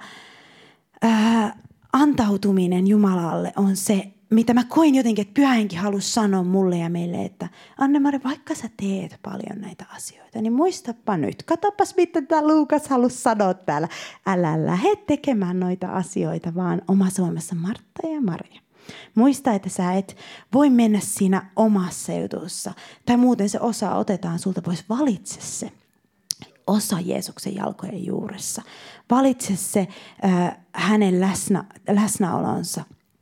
ää, antautuminen Jumalalle on se, mitä mä koin jotenkin, että Pyhä Henki halusi sanoa mulle ja meille, että Anne-Mari, vaikka sä teet paljon näitä asioita, niin muistapa nyt, katsopas mitä tämä Luukas halusi sanoa täällä. Älä lähde tekemään noita asioita, vaan omassa voimassa Martta ja Maria. Muista, että sä et voi mennä siinä omassa jutussa. Tai muuten se osa otetaan sulta pois. Valitse se osa Jeesuksen jalkojen juuressa. Valitse se äh, hänen läsnä, läsnäolonsa.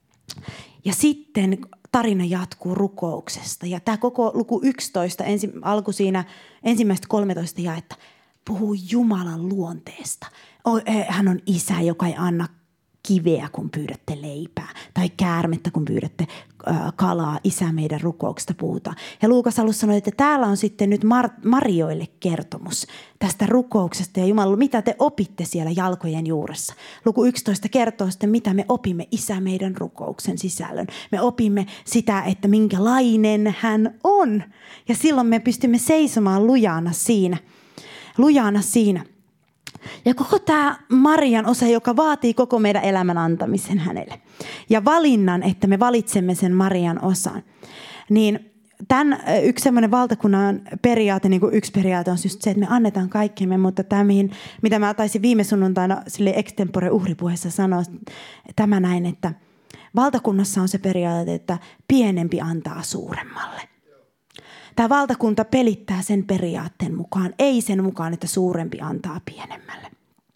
Ja sitten tarina jatkuu rukouksesta. Ja tämä koko luku yksitoista, ensi, alku siinä ensimmäistä kolmetoista jaetta, puhuu Jumalan luonteesta. Hän on isä, joka ei anna kiveä, kun pyydätte leipää, tai käärmettä, kun pyydätte äh, kalaa. Isä meidän rukouksesta puhutaan. Ja Luukas alussa sanoi, että täällä on sitten nyt Mar- Marjoille kertomus tästä rukouksesta ja Jumala, mitä te opitte siellä jalkojen juuressa. Luku yksitoista kertoo sitten, mitä me opimme Isä meidän rukouksen sisällön. Me opimme sitä, että minkälainen hän on. Ja silloin me pystymme seisomaan lujana siinä. Lujana siinä. Ja koko tämä Marian osa, joka vaatii koko meidän elämän antamisen hänelle. Ja valinnan, että me valitsemme sen Marian osan. Niin tämän yksi semmoinen valtakunnan periaate, niin kuin yksi periaate on just se, että me annetaan kaikkemme. Mutta tämä, mihin, mitä mä taisin viime sunnuntaina sille extempore uhripuheessa sanoa, tämä näin, että valtakunnassa on se periaate, että pienempi antaa suuremmalle. Tämä valtakunta pelittää sen periaatteen mukaan, ei sen mukaan, että suurempi antaa pienemmälle.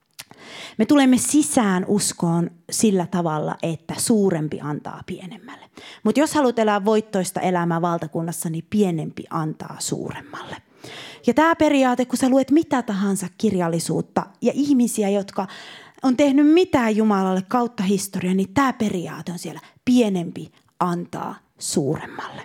Me tulemme sisään uskoon sillä tavalla, että suurempi antaa pienemmälle. Mutta jos haluat elää voittoista elämää valtakunnassa, niin pienempi antaa suuremmalle. Ja tämä periaate, kun sä luet mitä tahansa kirjallisuutta ja ihmisiä, jotka on tehnyt mitään Jumalalle kautta historiaa, niin tämä periaate on siellä. Pienempi antaa suuremmalle.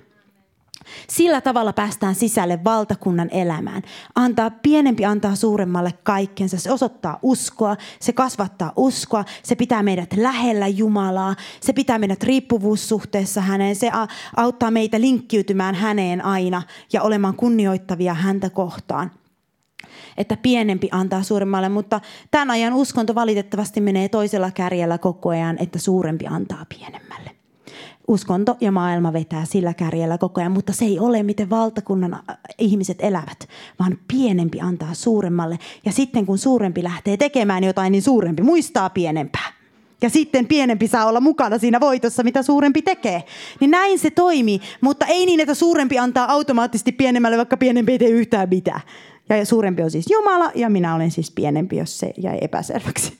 Sillä tavalla päästään sisälle valtakunnan elämään. Antaa pienempi, antaa suuremmalle kaikkensa. Se osoittaa uskoa, se kasvattaa uskoa, se pitää meidät lähellä Jumalaa, se pitää meidät riippuvuussuhteessa häneen, se auttaa meitä linkkiytymään häneen aina ja olemaan kunnioittavia häntä kohtaan. Että pienempi antaa suuremmalle, mutta tämän ajan uskonto valitettavasti menee toisella kärjellä koko ajan, että suurempi antaa pienemmälle. Uskonto ja maailma vetää sillä kärjellä koko ajan, mutta se ei ole, miten valtakunnan ihmiset elävät, vaan pienempi antaa suuremmalle. Ja sitten kun suurempi lähtee tekemään jotain, niin suurempi muistaa pienempää. Ja sitten pienempi saa olla mukana siinä voitossa, mitä suurempi tekee. Niin näin se toimii, mutta ei niin, että suurempi antaa automaattisesti pienemmälle, vaikka pienempi ei tee yhtään mitään. Ja suurempi on siis Jumala ja minä olen siis pienempi, jos se jäi epäselväksi.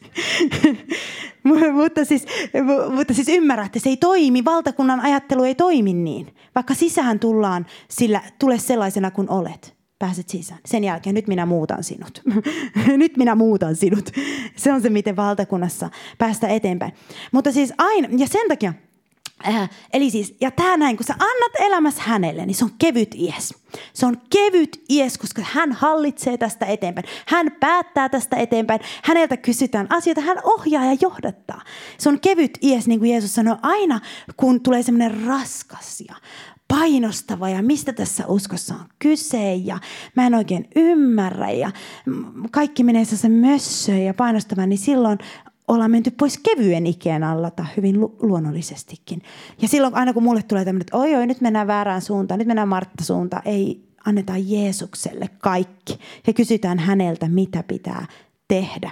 mutta, siis, mutta siis ymmärrätte, se ei toimi, valtakunnan ajattelu ei toimi niin. Vaikka sisään tullaan, sillä tule sellaisena kuin olet. Pääset sisään. Sen jälkeen nyt minä muutan sinut. nyt minä muutan sinut. Se on se, miten valtakunnassa päästä eteenpäin. Mutta siis aina, ja sen takia, äh, eli siis, ja tää näin, kun sä annat elämässä hänelle, niin se on kevyt ies. Se on kevyt ies, koska hän hallitsee tästä eteenpäin. Hän päättää tästä eteenpäin. Häneltä kysytään asioita, hän ohjaa ja johdattaa. Se on kevyt ies, niin kuin Jeesus sanoi, aina kun tulee semmoinen raskas ja painostava ja mistä tässä uskossa on kyse ja mä en oikein ymmärrä ja kaikki menee se mössöön ja painostava, niin silloin ollaan menty pois kevyen ikeen alla tai hyvin lu- luonnollisestikin. Ja silloin aina kun mulle tulee tämmöinen, että oi oi nyt mennään väärään suuntaan, nyt mennään Martta-suuntaan, ei annetaan Jeesukselle kaikki ja kysytään häneltä mitä pitää tehdä.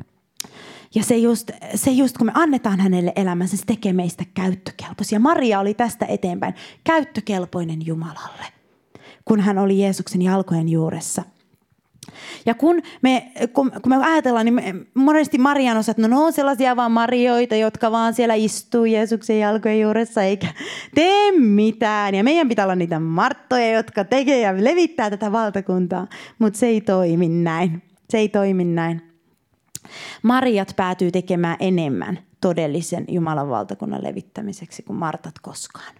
Ja se just, se just, kun me annetaan hänelle elämänsä, se tekee meistä käyttökelpoisia. Maria oli tästä eteenpäin käyttökelpoinen Jumalalle, kun hän oli Jeesuksen jalkojen juuressa. Ja kun me, kun, kun me ajatellaan, niin me, monesti Marian osat, no, no on sellaisia vaan Marioita, jotka vaan siellä istuu Jeesuksen jalkojen juuressa eikä tee mitään. Ja meidän pitää olla niitä Marttoja, jotka tekee ja levittää tätä valtakuntaa, mutta se ei toimi näin. Se ei toimi näin. Mariat päätyy tekemään enemmän todellisen Jumalan valtakunnan levittämiseksi kuin Martat koskaan.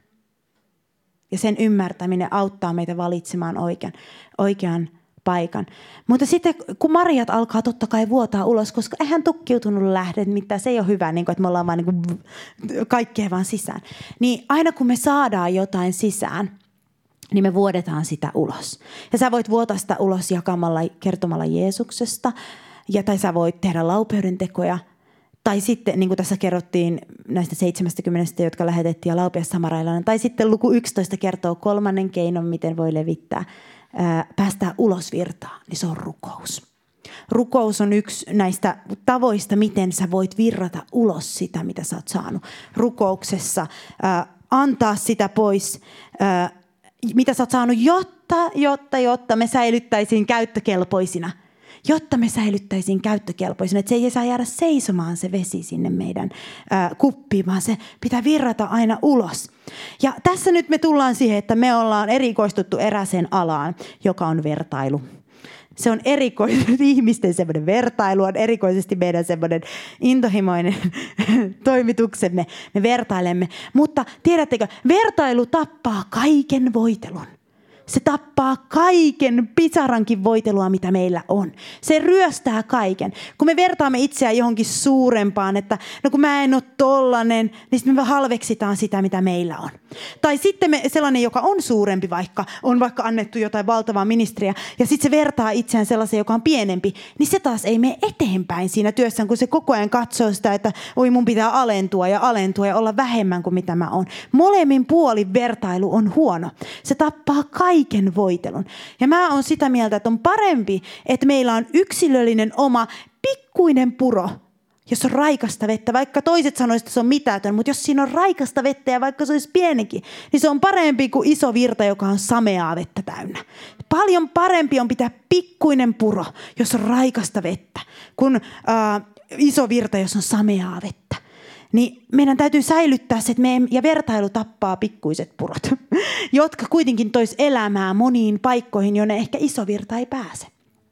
Ja sen ymmärtäminen auttaa meitä valitsemaan oikean, oikean paikan. Mutta sitten kun Mariat alkaa totta kai vuotaa ulos, koska eihän tukkiutunut lähde, mitään se ei ole hyvä, niin kuin, että me ollaan vaan niin kuin, kaikkea vaan sisään. Niin aina kun me saadaan jotain sisään, niin me vuodetaan sitä ulos. Ja sä voit vuotaa sitä ulos jakamalla, kertomalla Jeesuksesta. Ja tai sä voit tehdä laupeuden tekoja. Tai sitten, niin kuin tässä kerrottiin näistä seitsemästäkymmenestä, jotka lähetettiin ja laupea samarailainen. Tai sitten luku yksitoista kertoo kolmannen keinon, miten voi levittää, ää, päästää ulos virtaa. Niin se on rukous. Rukous on yksi näistä tavoista, miten sä voit virrata ulos sitä, mitä sä oot saanut. Rukouksessa ää, antaa sitä pois, ää, mitä sä oot saanut, jotta, jotta, jotta me säilyttäisiin käyttökelpoisina. Jotta me säilyttäisiin käyttökelpoisina, että se ei saa jäädä seisomaan se vesi sinne meidän ää, kuppiin, vaan se pitää virrata aina ulos. Ja tässä nyt me tullaan siihen, että me ollaan erikoistuttu eräseen alaan, joka on vertailu. Se on erikoinen, ihmisten semmoinen vertailu, on erikoisesti meidän semmoinen intohimoinen toimituksemme. Me vertailemme, mutta tiedättekö, vertailu tappaa kaiken voitelun. Se tappaa kaiken pisarankin voitelua, mitä meillä on. Se ryöstää kaiken. Kun me vertaamme itseään johonkin suurempaan, että no kun mä en ole tollanen, niin sitten me halveksitaan sitä, mitä meillä on. Tai sitten me, sellainen, joka on suurempi vaikka, on vaikka annettu jotain valtavaa ministeriä, ja sitten se vertaa itseään sellaiseen, joka on pienempi, niin se taas ei mene eteenpäin siinä työssään, kun se koko ajan katsoo sitä, että oi mun pitää alentua ja alentua ja olla vähemmän kuin mitä mä oon. Molemmin puolin vertailu on huono. Se tappaa kaiken. Kaiken voitelun. Ja mä oon sitä mieltä, että on parempi, että meillä on yksilöllinen oma pikkuinen puro, jos on raikasta vettä. Vaikka toiset sanoisivat, että se on mitätön, mutta jos siinä on raikasta vettä ja vaikka se olisi pienikin, niin se on parempi kuin iso virta, joka on sameaa vettä täynnä. Paljon parempi on pitää pikkuinen puro, jos on raikasta vettä, kuin äh, iso virta, jos on sameaa vettä. Niin meidän täytyy säilyttää se, että me, ja vertailu tappaa pikkuiset purot, jotka kuitenkin tois elämää moniin paikkoihin, jonne ehkä iso virta ei pääse.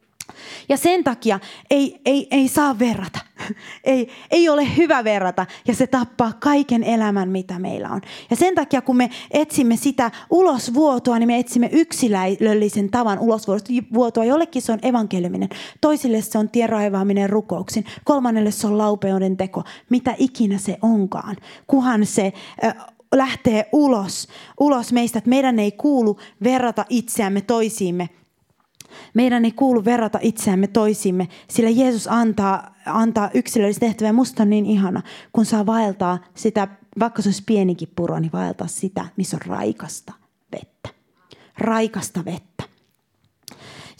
Ja sen takia ei, ei, ei saa verrata. Ei, ei ole hyvä verrata ja se tappaa kaiken elämän, mitä meillä on. Ja sen takia, kun me etsimme sitä ulosvuotoa, niin me etsimme yksilöllisen tavan ulosvuotoa. Jollekin se on evankeliuminen, toisille se on tien raivaaminen rukouksin, kolmannelle se on laupeuden teko, mitä ikinä se onkaan. Kunhan se äh, lähtee ulos, ulos meistä, että meidän ei kuulu verrata itseämme toisiimme. Meidän ei kuulu verrata itseämme toisiimme, sillä Jeesus antaa, antaa yksilöllistä tehtävää. Musta on niin ihana, kun saa vaeltaa sitä, vaikka se olisi pienikin puro, niin vaeltaa sitä, missä on raikasta vettä. Raikasta vettä.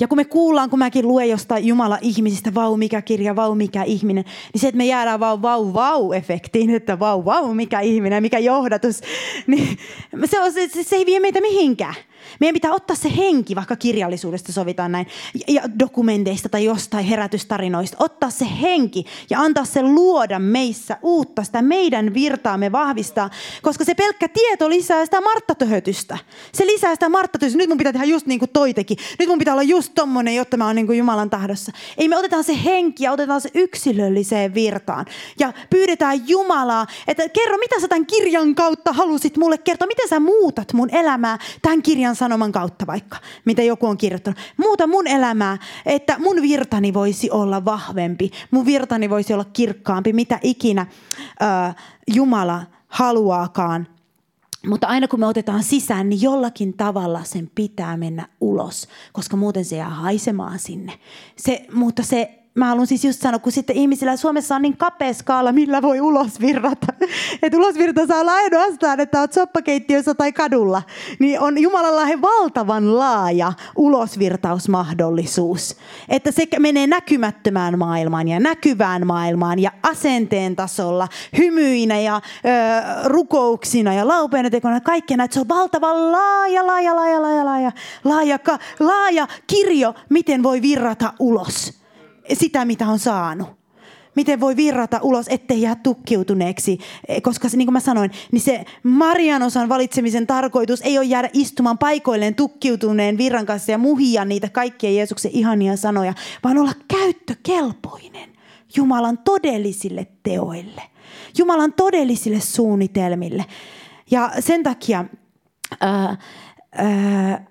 Ja kun me kuullaan, kun mäkin luen jostain Jumala ihmisistä, vau mikä kirja, vau mikä ihminen, niin se, että me jäädään vau vau vau efektiin, että vau vau mikä ihminen, mikä johdatus, niin se, on, se, se ei vie meitä mihinkään. Meidän pitää ottaa se henki, vaikka kirjallisuudesta sovitaan näin, ja dokumenteista tai jostain herätystarinoista, ottaa se henki ja antaa se luoda meissä uutta, sitä meidän virtaamme vahvistaa, koska se pelkkä tieto lisää sitä marttatöhötystä. Se lisää sitä marttatöhötystä. Nyt mun pitää tehdä just niin kuin toi teki. Nyt mun pitää olla just tommonen, jotta mä oon niin kuin Jumalan tahdossa. Ei, me otetaan se henki ja otetaan se yksilölliseen virtaan ja pyydetään Jumalaa, että kerro, mitä sä tämän kirjan kautta halusit mulle kertoa, miten sä muutat mun elämää tämän kirjan sanoman kautta vaikka, mitä joku on kirjoittanut. Muuta mun elämää, että mun virtani voisi olla vahvempi, mun virtani voisi olla kirkkaampi, mitä ikinä äh, Jumala haluaakaan. Mutta aina kun me otetaan sisään, niin jollakin tavalla sen pitää mennä ulos, koska muuten se jää haisemaan sinne. Se, mutta se Mä haluan siis just sanoa, kun sitten ihmisillä Suomessa on niin kapea skaala, millä voi ulosvirrata. Että ulosvirta saa olla ainoastaan, että olet soppakeittiössä tai kadulla. Niin on Jumalalla he valtavan laaja ulosvirtausmahdollisuus. Että se menee näkymättömään maailmaan ja näkyvään maailmaan ja asenteen tasolla, hymyinä ja ö, rukouksina ja laupeinatekoina. Kaikkea näitä. Se on valtavan laaja, laaja, laaja, laaja, laaja, laaja, laaja kirjo, miten voi virrata ulos sitä, mitä on saanut. Miten voi virrata ulos, ettei jää tukkiutuneeksi. Koska se, niin kuin mä sanoin, niin se Marian osan valitsemisen tarkoitus ei ole jäädä istumaan paikoilleen tukkiutuneen virran kanssa ja muhia niitä kaikkia Jeesuksen ihania sanoja, vaan olla käyttökelpoinen Jumalan todellisille teoille. Jumalan todellisille suunnitelmille. Ja sen takia Ää, ää,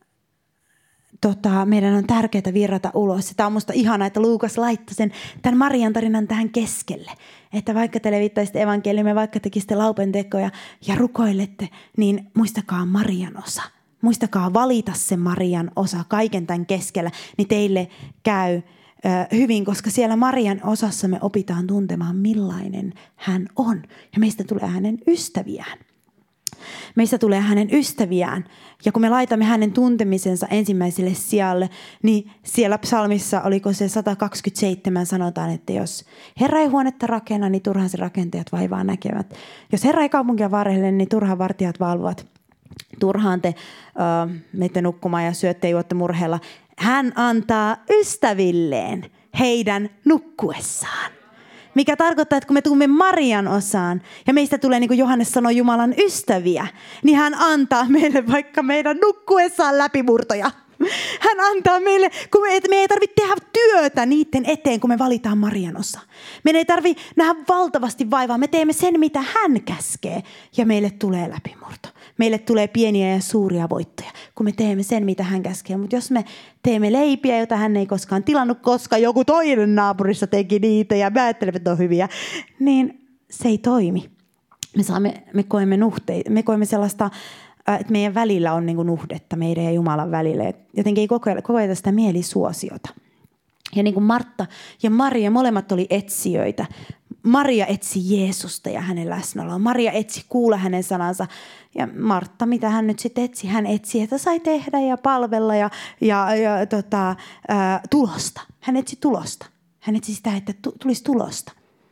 Tota, meidän on tärkeää virrata ulos. Tämä on musta ihanaa, että Luukas laittoi sen tämän Marian tarinan tähän keskelle. Että vaikka te levittäisitte evankeliumia, vaikka tekisitte laupentekoja ja rukoilette, niin muistakaa Marian osa. Muistakaa valita se Marian osa kaiken tämän keskellä, niin teille käy ö, hyvin, koska siellä Marian osassa me opitaan tuntemaan, millainen hän on. Ja meistä tulee hänen ystäviään. Meistä tulee hänen ystäviään. Ja kun me laitamme hänen tuntemisensa ensimmäiselle sijalle, niin siellä psalmissa, oliko se sata kaksikymmentäseitsemän, sanotaan, että jos Herra ei huonetta rakenna, niin turhaan se rakentajat vaivaa näkevät. Jos Herra ei kaupunkia varjele, niin turhaan vartijat valvovat. Turhaan te uh, menette nukkumaan ja syötte juotte murheella. Hän antaa ystävilleen heidän nukkuessaan. Mikä tarkoittaa, että kun me tuumme Marian osaan ja meistä tulee, niin kuin Johannes sanoi, Jumalan ystäviä, niin hän antaa meille vaikka meidän nukkuessaan läpimurtoja. Hän antaa meille, kun me, me ei tarvitse tehdä työtä niiden eteen, kun me valitaan Marian osa. Meidän ei tarvitse nähdä valtavasti vaivaa. Me teemme sen, mitä hän käskee ja meille tulee läpimurto. Meille tulee pieniä ja suuria voittoja, kun me teemme sen, mitä hän käskee. Mutta jos me teemme leipiä, joita hän ei koskaan tilannut, koska joku toinen naapurissa teki niitä ja mä ajattelen, että on hyviä, niin se ei toimi. Me, saamme, me, koemme, nuhteita, me koemme sellaista, että meidän välillä on niin kuin nuhdetta, meidän ja Jumalan välillä. Jotenkin ei koeta sitä mielisuosiota. Ja niin kuin Martta ja Maria, molemmat oli etsijöitä. Maria etsi Jeesusta ja hänen läsnäoloa. Maria etsi kuulla hänen sanansa. Ja Martta, mitä hän nyt sitten etsi? Hän etsi, että sai tehdä ja palvella ja, ja, ja tota, ää, tulosta. Hän etsi tulosta. Hän etsi sitä, että tulisi tulosta.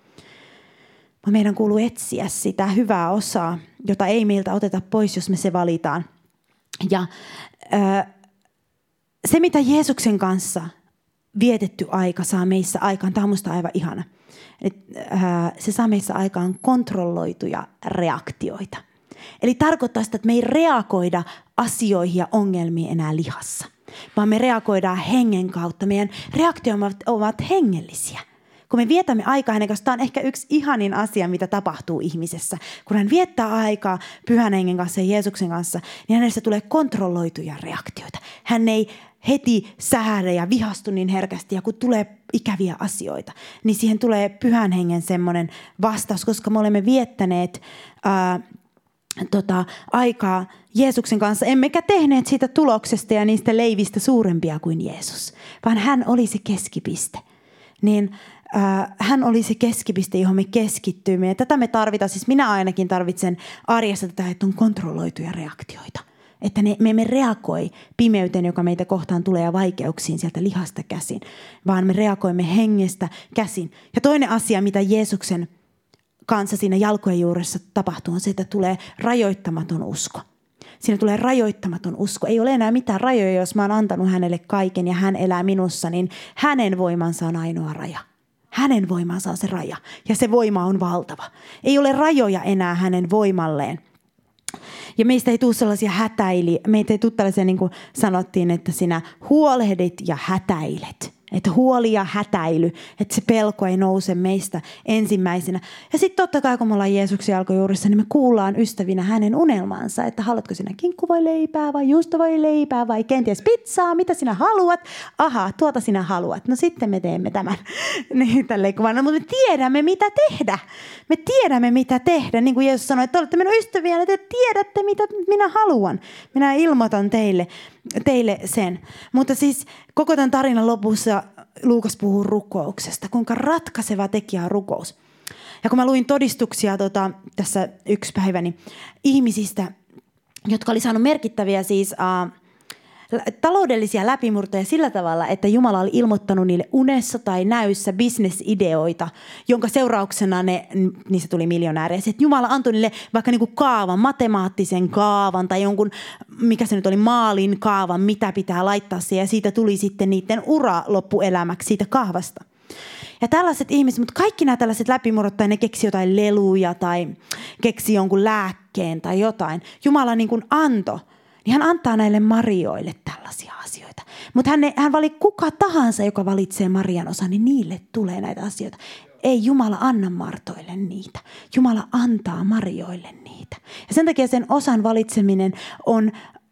Meidän kuuluu etsiä sitä hyvää osaa, jota ei meiltä oteta pois, jos me se valitaan. Ja ää, se, mitä Jeesuksen kanssa vietetty aika saa meissä aikaan, tämä on musta aivan ihana. Et, ää, se saa meissä aikaan kontrolloituja reaktioita. Eli tarkoittaa sitä, että me ei reagoida asioihin ja ongelmiin enää lihassa, vaan me reagoidaan hengen kautta. Meidän reaktiomme ovat hengellisiä. Kun me vietämme aikaa hänen kanssa, tämä on ehkä yksi ihanin asia, mitä tapahtuu ihmisessä. Kun hän viettää aikaa Pyhän Hengen kanssa ja Jeesuksen kanssa, niin hänessä tulee kontrolloituja reaktioita. Hän ei heti sähädä ja vihastu niin herkästi, ja kun tulee ikäviä asioita, niin siihen tulee Pyhän Hengen semmoinen vastaus, koska me olemme viettäneet ää, tota, aikaa Jeesuksen kanssa, emmekä tehneet siitä tuloksesta ja niistä leivistä suurempia kuin Jeesus, vaan hän oli se keskipiste. Niin äh, hän oli se keskipiste, johon me keskittyimme. Ja tätä me tarvitaan, siis minä ainakin tarvitsen arjessa tätä, että on kontrolloituja reaktioita. Että ne, me emme reagoi pimeyteen, joka meitä kohtaan tulee ja vaikeuksiin sieltä lihasta käsin, vaan me reagoimme hengestä käsin. Ja toinen asia, mitä Jeesuksen kanssa siinä jalkojen juuressa tapahtuu, on se, että tulee rajoittamaton usko. Siinä tulee rajoittamaton usko. Ei ole enää mitään rajoja, jos mä oon antanut hänelle kaiken ja hän elää minussa, niin hänen voimansa on ainoa raja. Hänen voimansa on se raja ja se voima on valtava. Ei ole rajoja enää hänen voimalleen. Ja meistä ei tule sellaisia hätäili. Meitä ei tule tällaisia, niin kuin sanottiin, että sinä huolehdit ja hätäilet. Että huoli ja hätäily, että se pelko ei nouse meistä ensimmäisenä. Ja sitten totta kai, kun me ollaan Jeesuksen jalkojuurissa, niin me kuullaan ystävinä hänen unelmansa, että haluatko sinä kinkku vai leipää vai juusto vai leipää vai kenties pizzaa, mitä sinä haluat? Aha, tuota sinä haluat. No sitten me teemme tämän. Niin, tälleen kuvana. Mutta me tiedämme, mitä tehdä. Me tiedämme, mitä tehdä. Niin kuin Jeesus sanoi, että olette minun ystäviä, että te tiedätte, mitä minä haluan. Minä ilmoitan teille, teille sen. Mutta siis koko tämän tarinan lopussa Luukas puhuu rukouksesta, kuinka ratkaiseva tekijä on rukous. Ja kun mä luin todistuksia tota, tässä yksi päiväni ihmisistä, jotka oli saanut merkittäviä siis äh, taloudellisia läpimurtoja sillä tavalla, että Jumala oli ilmoittanut niille unessa tai näyssä bisnesideoita, jonka seurauksena ne, niistä tuli miljonäärejä. Että Jumala antoi niille vaikka niinku kaavan, matemaattisen kaavan tai jonkun, mikä se nyt oli, maalin kaavan, mitä pitää laittaa siihen. Ja siitä tuli sitten niiden ura loppuelämäksi siitä kahvasta. Ja tällaiset ihmiset, mutta kaikki nämä tällaiset läpimurrot, tai ne keksi jotain leluja tai keksi jonkun lääkkeen tai jotain. Jumala niin kuin antoi. Niin hän antaa näille marjoille tällaisia asioita. Mutta hän, hän vali kuka tahansa, joka valitsee Marian osa, niin niille tulee näitä asioita. Ei Jumala anna Martoille niitä. Jumala antaa marjoille niitä. Ja sen takia sen osan valitseminen on,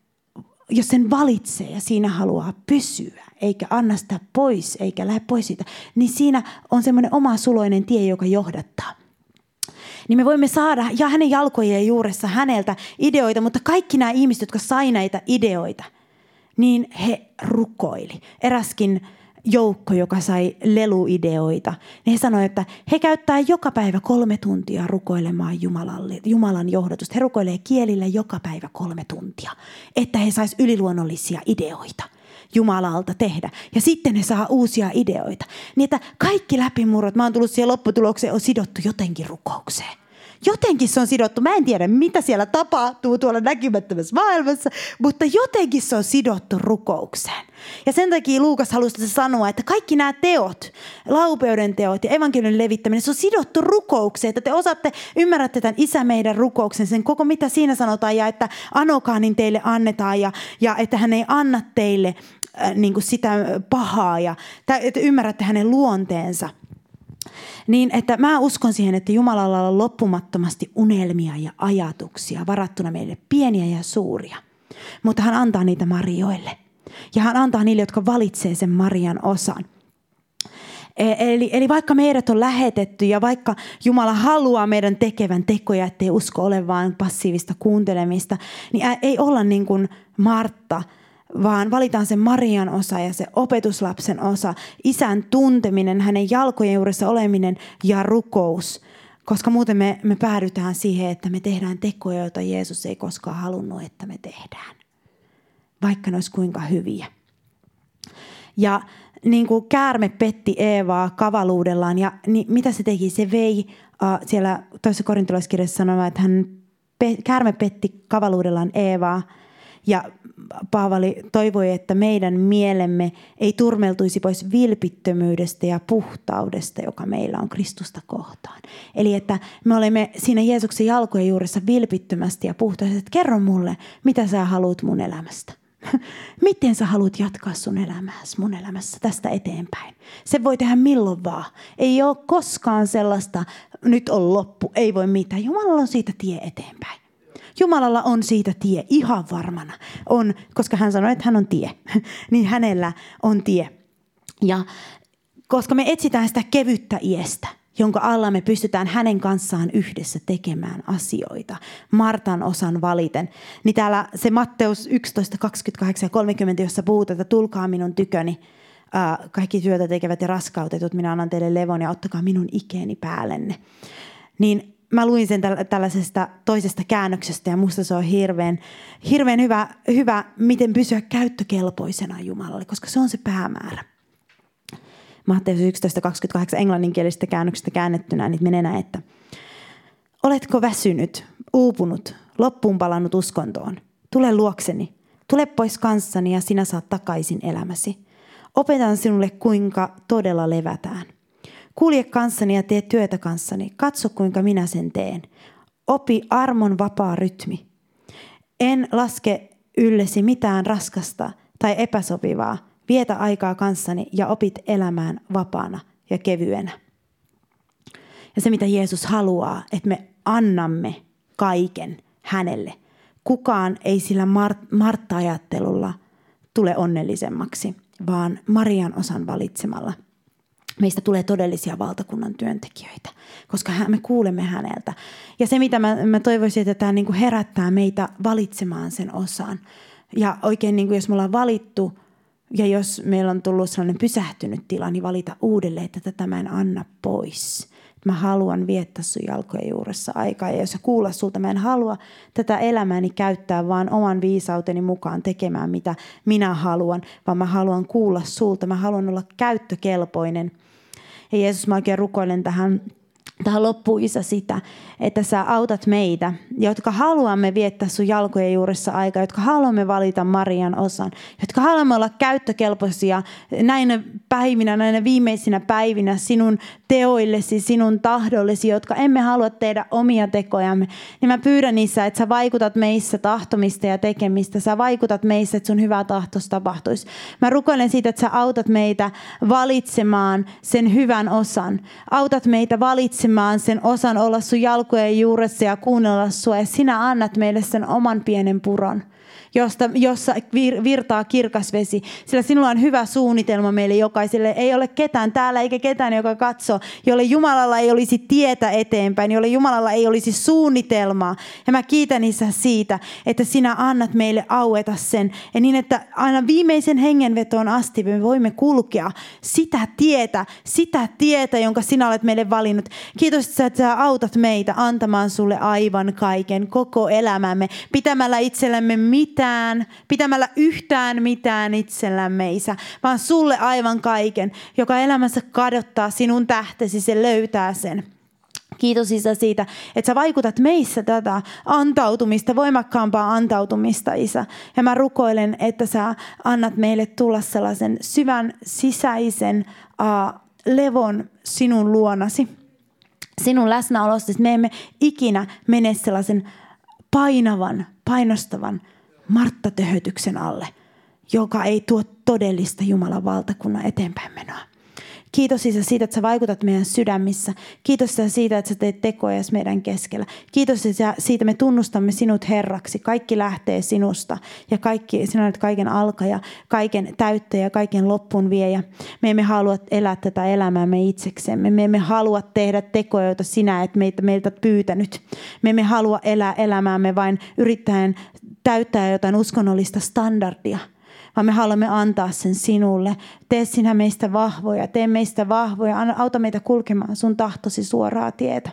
jos sen valitsee ja siinä haluaa pysyä, eikä anna sitä pois, eikä lähde pois siitä, niin siinä on semmoinen oma suloinen tie, joka johdattaa. Niin me voimme saada ja hänen jalkojen juuressa häneltä ideoita, mutta kaikki nämä ihmiset, jotka sai näitä ideoita, niin he rukoili. Eräskin joukko, joka sai leluideoita, niin he sanoivat, että he käyttää joka päivä kolme tuntia rukoilemaan Jumalalle, Jumalan johdatusta. He rukoilee kielillä joka päivä kolme tuntia, että he sais yliluonnollisia ideoita Jumalalta tehdä. Ja sitten he saa uusia ideoita. Niin että kaikki läpimurrot, mä oon tullut siihen lopputulokseen, on sidottu jotenkin rukoukseen. Jotenkin se on sidottu. Mä en tiedä, mitä siellä tapahtuu tuolla näkymättömässä maailmassa, mutta jotenkin se on sidottu rukoukseen. Ja sen takia Luukas halusi sanoa, että kaikki nämä teot, laupeuden teot ja evankeliumin levittäminen, se on sidottu rukoukseen. Että te osaatte, ymmärrätte tämän Isä meidän rukouksen, sen koko mitä siinä sanotaan ja että anokaa, niin teille annetaan ja, ja että hän ei anna teille äh, niin kuin sitä pahaa ja että ymmärrätte hänen luonteensa. Niin, että mä uskon siihen, että Jumalalla on loppumattomasti unelmia ja ajatuksia varattuna meille pieniä ja suuria. Mutta hän antaa niitä marjoille. Ja hän antaa niille, jotka valitsee sen marjan osan. Eli, eli vaikka meidät on lähetetty ja vaikka Jumala haluaa meidän tekevän tekoja, ettei usko ole vain passiivista kuuntelemista, niin ei olla niin kuin Martta, vaan valitaan se Marian osa ja se opetuslapsen osa, Isän tunteminen, hänen jalkojen juuressa oleminen ja rukous. Koska muuten me, me päädytään siihen, että me tehdään tekoja, joita Jeesus ei koskaan halunnut, että me tehdään. Vaikka ne olisi kuinka hyviä. Ja niin kuin käärme petti Eevaa kavaluudellaan ja niin, mitä se teki? Se vei äh, siellä toisessa korintolaiskirjassa sanomaan, että hän pe- käärme petti kavaluudellaan Eevaa ja Paavali toivoi, että meidän mielemme ei turmeltuisi pois vilpittömyydestä ja puhtaudesta, joka meillä on Kristusta kohtaan. Eli että me olemme siinä Jeesuksen jalkojen juuressa vilpittömästi ja puhtaasti, että kerro mulle, mitä sä haluat mun elämästä. Miten sä haluat jatkaa sun elämässä, mun elämässä tästä eteenpäin? Se voi tehdä milloin vaan. Ei ole koskaan sellaista, nyt on loppu, ei voi mitään. Jumalalla on siitä tie eteenpäin. Jumalalla on siitä tie ihan varmana. On, koska hän sanoi, että hän on tie. Niin hänellä on tie. Ja koska me etsitään sitä kevyttä iestä, jonka alla me pystytään hänen kanssaan yhdessä tekemään asioita. Martan osan valiten. Niin täällä se Matteus yksitoista, kaksikymmentäkahdeksan ja kolmekymmentä, jossa puhutaan, että tulkaa minun tyköni. Kaikki työtä tekevät ja raskautetut, minä annan teille levon ja ottakaa minun ikeeni päällenne. Niin mä luin sen tällaisesta toisesta käännöksestä ja musta se on hirveän, hirveän hyvä, hyvä, miten pysyä käyttökelpoisena Jumalalle, koska se on se päämäärä. Matteus yksitoista kaksikymmentäkahdeksan englanninkielisestä käännöksestä käännettynä, niin menee näin, että oletko väsynyt, uupunut, loppuun palannut uskontoon? Tule luokseni, tule pois kanssani ja sinä saat takaisin elämäsi. Opetan sinulle, kuinka todella levätään. Kulje kanssani ja tee työtä kanssani. Katso, kuinka minä sen teen. Opi armon vapaa rytmi. En laske yllesi mitään raskasta tai epäsopivaa. Vietä aikaa kanssani ja opit elämään vapaana ja kevyenä. Ja se, mitä Jeesus haluaa, että me annamme kaiken hänelle. Kukaan ei sillä Mart- Martta-ajattelulla tule onnellisemmaksi, vaan Marian osan valitsemalla. Meistä tulee todellisia valtakunnan työntekijöitä, koska me kuulemme häneltä. Ja se, mitä mä, mä toivoisin, että tämä niin kuin herättää meitä valitsemaan sen osan. Ja oikein niin kuin jos me ollaan valittu ja jos meillä on tullut sellainen pysähtynyt tila, niin valita uudelleen, että tätä mä en anna pois. Mä haluan viettää sun jalkojen juuressa aikaa. Ja jos sä kuulla sulta, mä en halua tätä elämääni käyttää vaan oman viisauteni mukaan tekemään, mitä minä haluan, vaan mä haluan kuulla sulta. Mä haluan olla käyttökelpoinen. Ja Jeesus, mä oikein rukoilen tähän, tähän loppuun, Isä, sitä, että sä autat meitä, jotka haluamme viettää sun jalkojen juuressa aikaa, jotka haluamme valita Marian osan, jotka haluamme olla käyttökelpoisia näinä päivinä, näinä viimeisinä päivinä sinun teoillesi, sinun tahdollesi, jotka emme halua tehdä omia tekojamme. Niin mä pyydän, Isä, että sä vaikutat meissä tahtomista ja tekemistä. Sä vaikutat meissä, että sun hyvä tahtos tapahtuisi. Mä rukoilen siitä, että sä autat meitä valitsemaan sen hyvän osan. Autat meitä valitsemaan sen osan olla sun jalkojen juuressa ja kuunnella sua. Ja sinä annat meille sen oman pienen puron, josta, jossa vir, virtaa kirkas vesi. Sillä sinulla on hyvä suunnitelma meille jokaiselle. Ei ole ketään täällä eikä ketään, joka katsoo, jolle Jumalalla ei olisi tietä eteenpäin, jolle Jumalalla ei olisi suunnitelmaa. Ja mä kiitän, Isä, siitä, että sinä annat meille aueta sen. Ja niin, että aina viimeisen hengenvetoon asti me voimme kulkea sitä tietä, sitä tietä, jonka sinä olet meille valinnut. Kiitos, että sä autat meitä antamaan sulle aivan kaiken, koko elämämme, pitämällä itsellämme mitään. Pitämällä yhtään mitään itsellämme, Isä, vaan sulle aivan kaiken, joka elämässä kadottaa sinun tähtesi, se löytää sen. Kiitos, Isä, siitä, että sä vaikutat meissä tätä antautumista, voimakkaampaa antautumista, Isä. Ja mä rukoilen, että sä annat meille tulla sellaisen syvän sisäisen uh, levon sinun luonasi, sinun läsnäolosta. Me emme ikinä mene sellaisen painavan, painostavan Martta-töhötyksen alle, joka ei tuo todellista Jumalan valtakunnan eteenpäin menoa. Kiitos, Isä, siitä, että sä vaikutat meidän sydämissä. Kiitos, Isä, siitä, että sä teet tekoja meidän keskellä. Kiitos, Isä, siitä me tunnustamme sinut Herraksi. Kaikki lähtee sinusta ja kaikki, sinä olet kaiken alkaja, kaiken täyttäjä, kaiken loppuun viejä. Me emme halua elää tätä elämää me itseksemme. Me emme halua tehdä tekoja, joita sinä et meitä, meiltä pyytänyt. Me emme halua elää elämäämme vain yrittäen täyttää jotain uskonnollista standardia, vaan me haluamme antaa sen sinulle. Tee sinä meistä vahvoja, tee meistä vahvoja, auta meitä kulkemaan sun tahtosi suoraa tietä.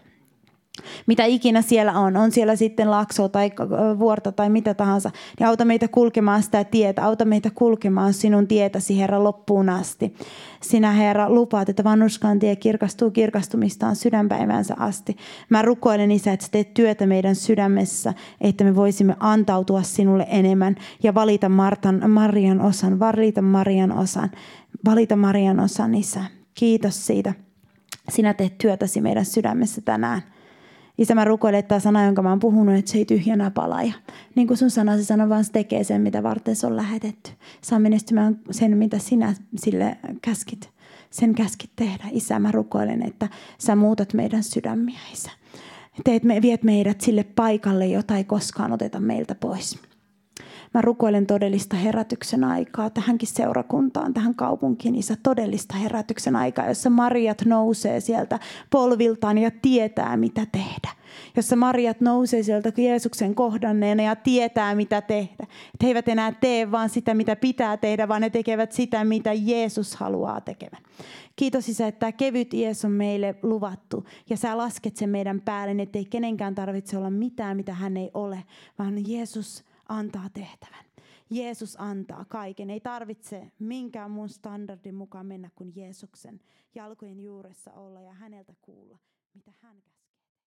Mitä ikinä siellä on, on siellä sitten laksoa tai vuorta tai mitä tahansa, niin auta meitä kulkemaan sitä tietä, auta meitä kulkemaan sinun tietäsi, Herra, loppuun asti. Sinä, Herra, lupaat, että vanhurskaan tie kirkastuu kirkastumistaan sydänpäivänsä asti. Mä rukoilen, Isä, että sä teet työtä meidän sydämessä, että me voisimme antautua sinulle enemmän ja valita Martan, Marian osan, valita Marian osan, valita Marian osan, Isä. Kiitos siitä. Sinä teet työtäsi meidän sydämessä tänään. Isä, mä rukoilen, että tämä sana, jonka mä oon puhunut, että se ei tyhjänä palaa. Ja niin kuin sun sanasi sanoo, vaan se tekee sen, mitä varten se on lähetetty. Saa menestymään sen, mitä sinä sille käskit, sen käskit tehdä. Isä, mä rukoilen, että sä muutat meidän sydämiä, Isä. Teet me, viet meidät sille paikalle, jota ei koskaan oteta meiltä pois. Mä rukoilen todellista herätyksen aikaa tähänkin seurakuntaan, tähän kaupunkiin, Isä, todellista herätyksen aikaa, jossa Mariat nousee sieltä polviltaan ja tietää, mitä tehdä. Jossa Mariat nousee sieltä Jeesuksen kohdanneena ja tietää, mitä tehdä. Että he eivät enää tee vaan sitä, mitä pitää tehdä, vaan ne tekevät sitä, mitä Jeesus haluaa tekemään. Kiitos, Isä, että tämä kevyt ies on meille luvattu. Ja sä lasket sen meidän päälle, niin ettei kenenkään tarvitse olla mitään, mitä hän ei ole, vaan Jeesus antaa tehtävän. Jeesus antaa kaiken. Ei tarvitse minkään muun standardin mukaan mennä kuin Jeesuksen jalkojen juuressa olla ja häneltä kuulla, mitä hän käskee.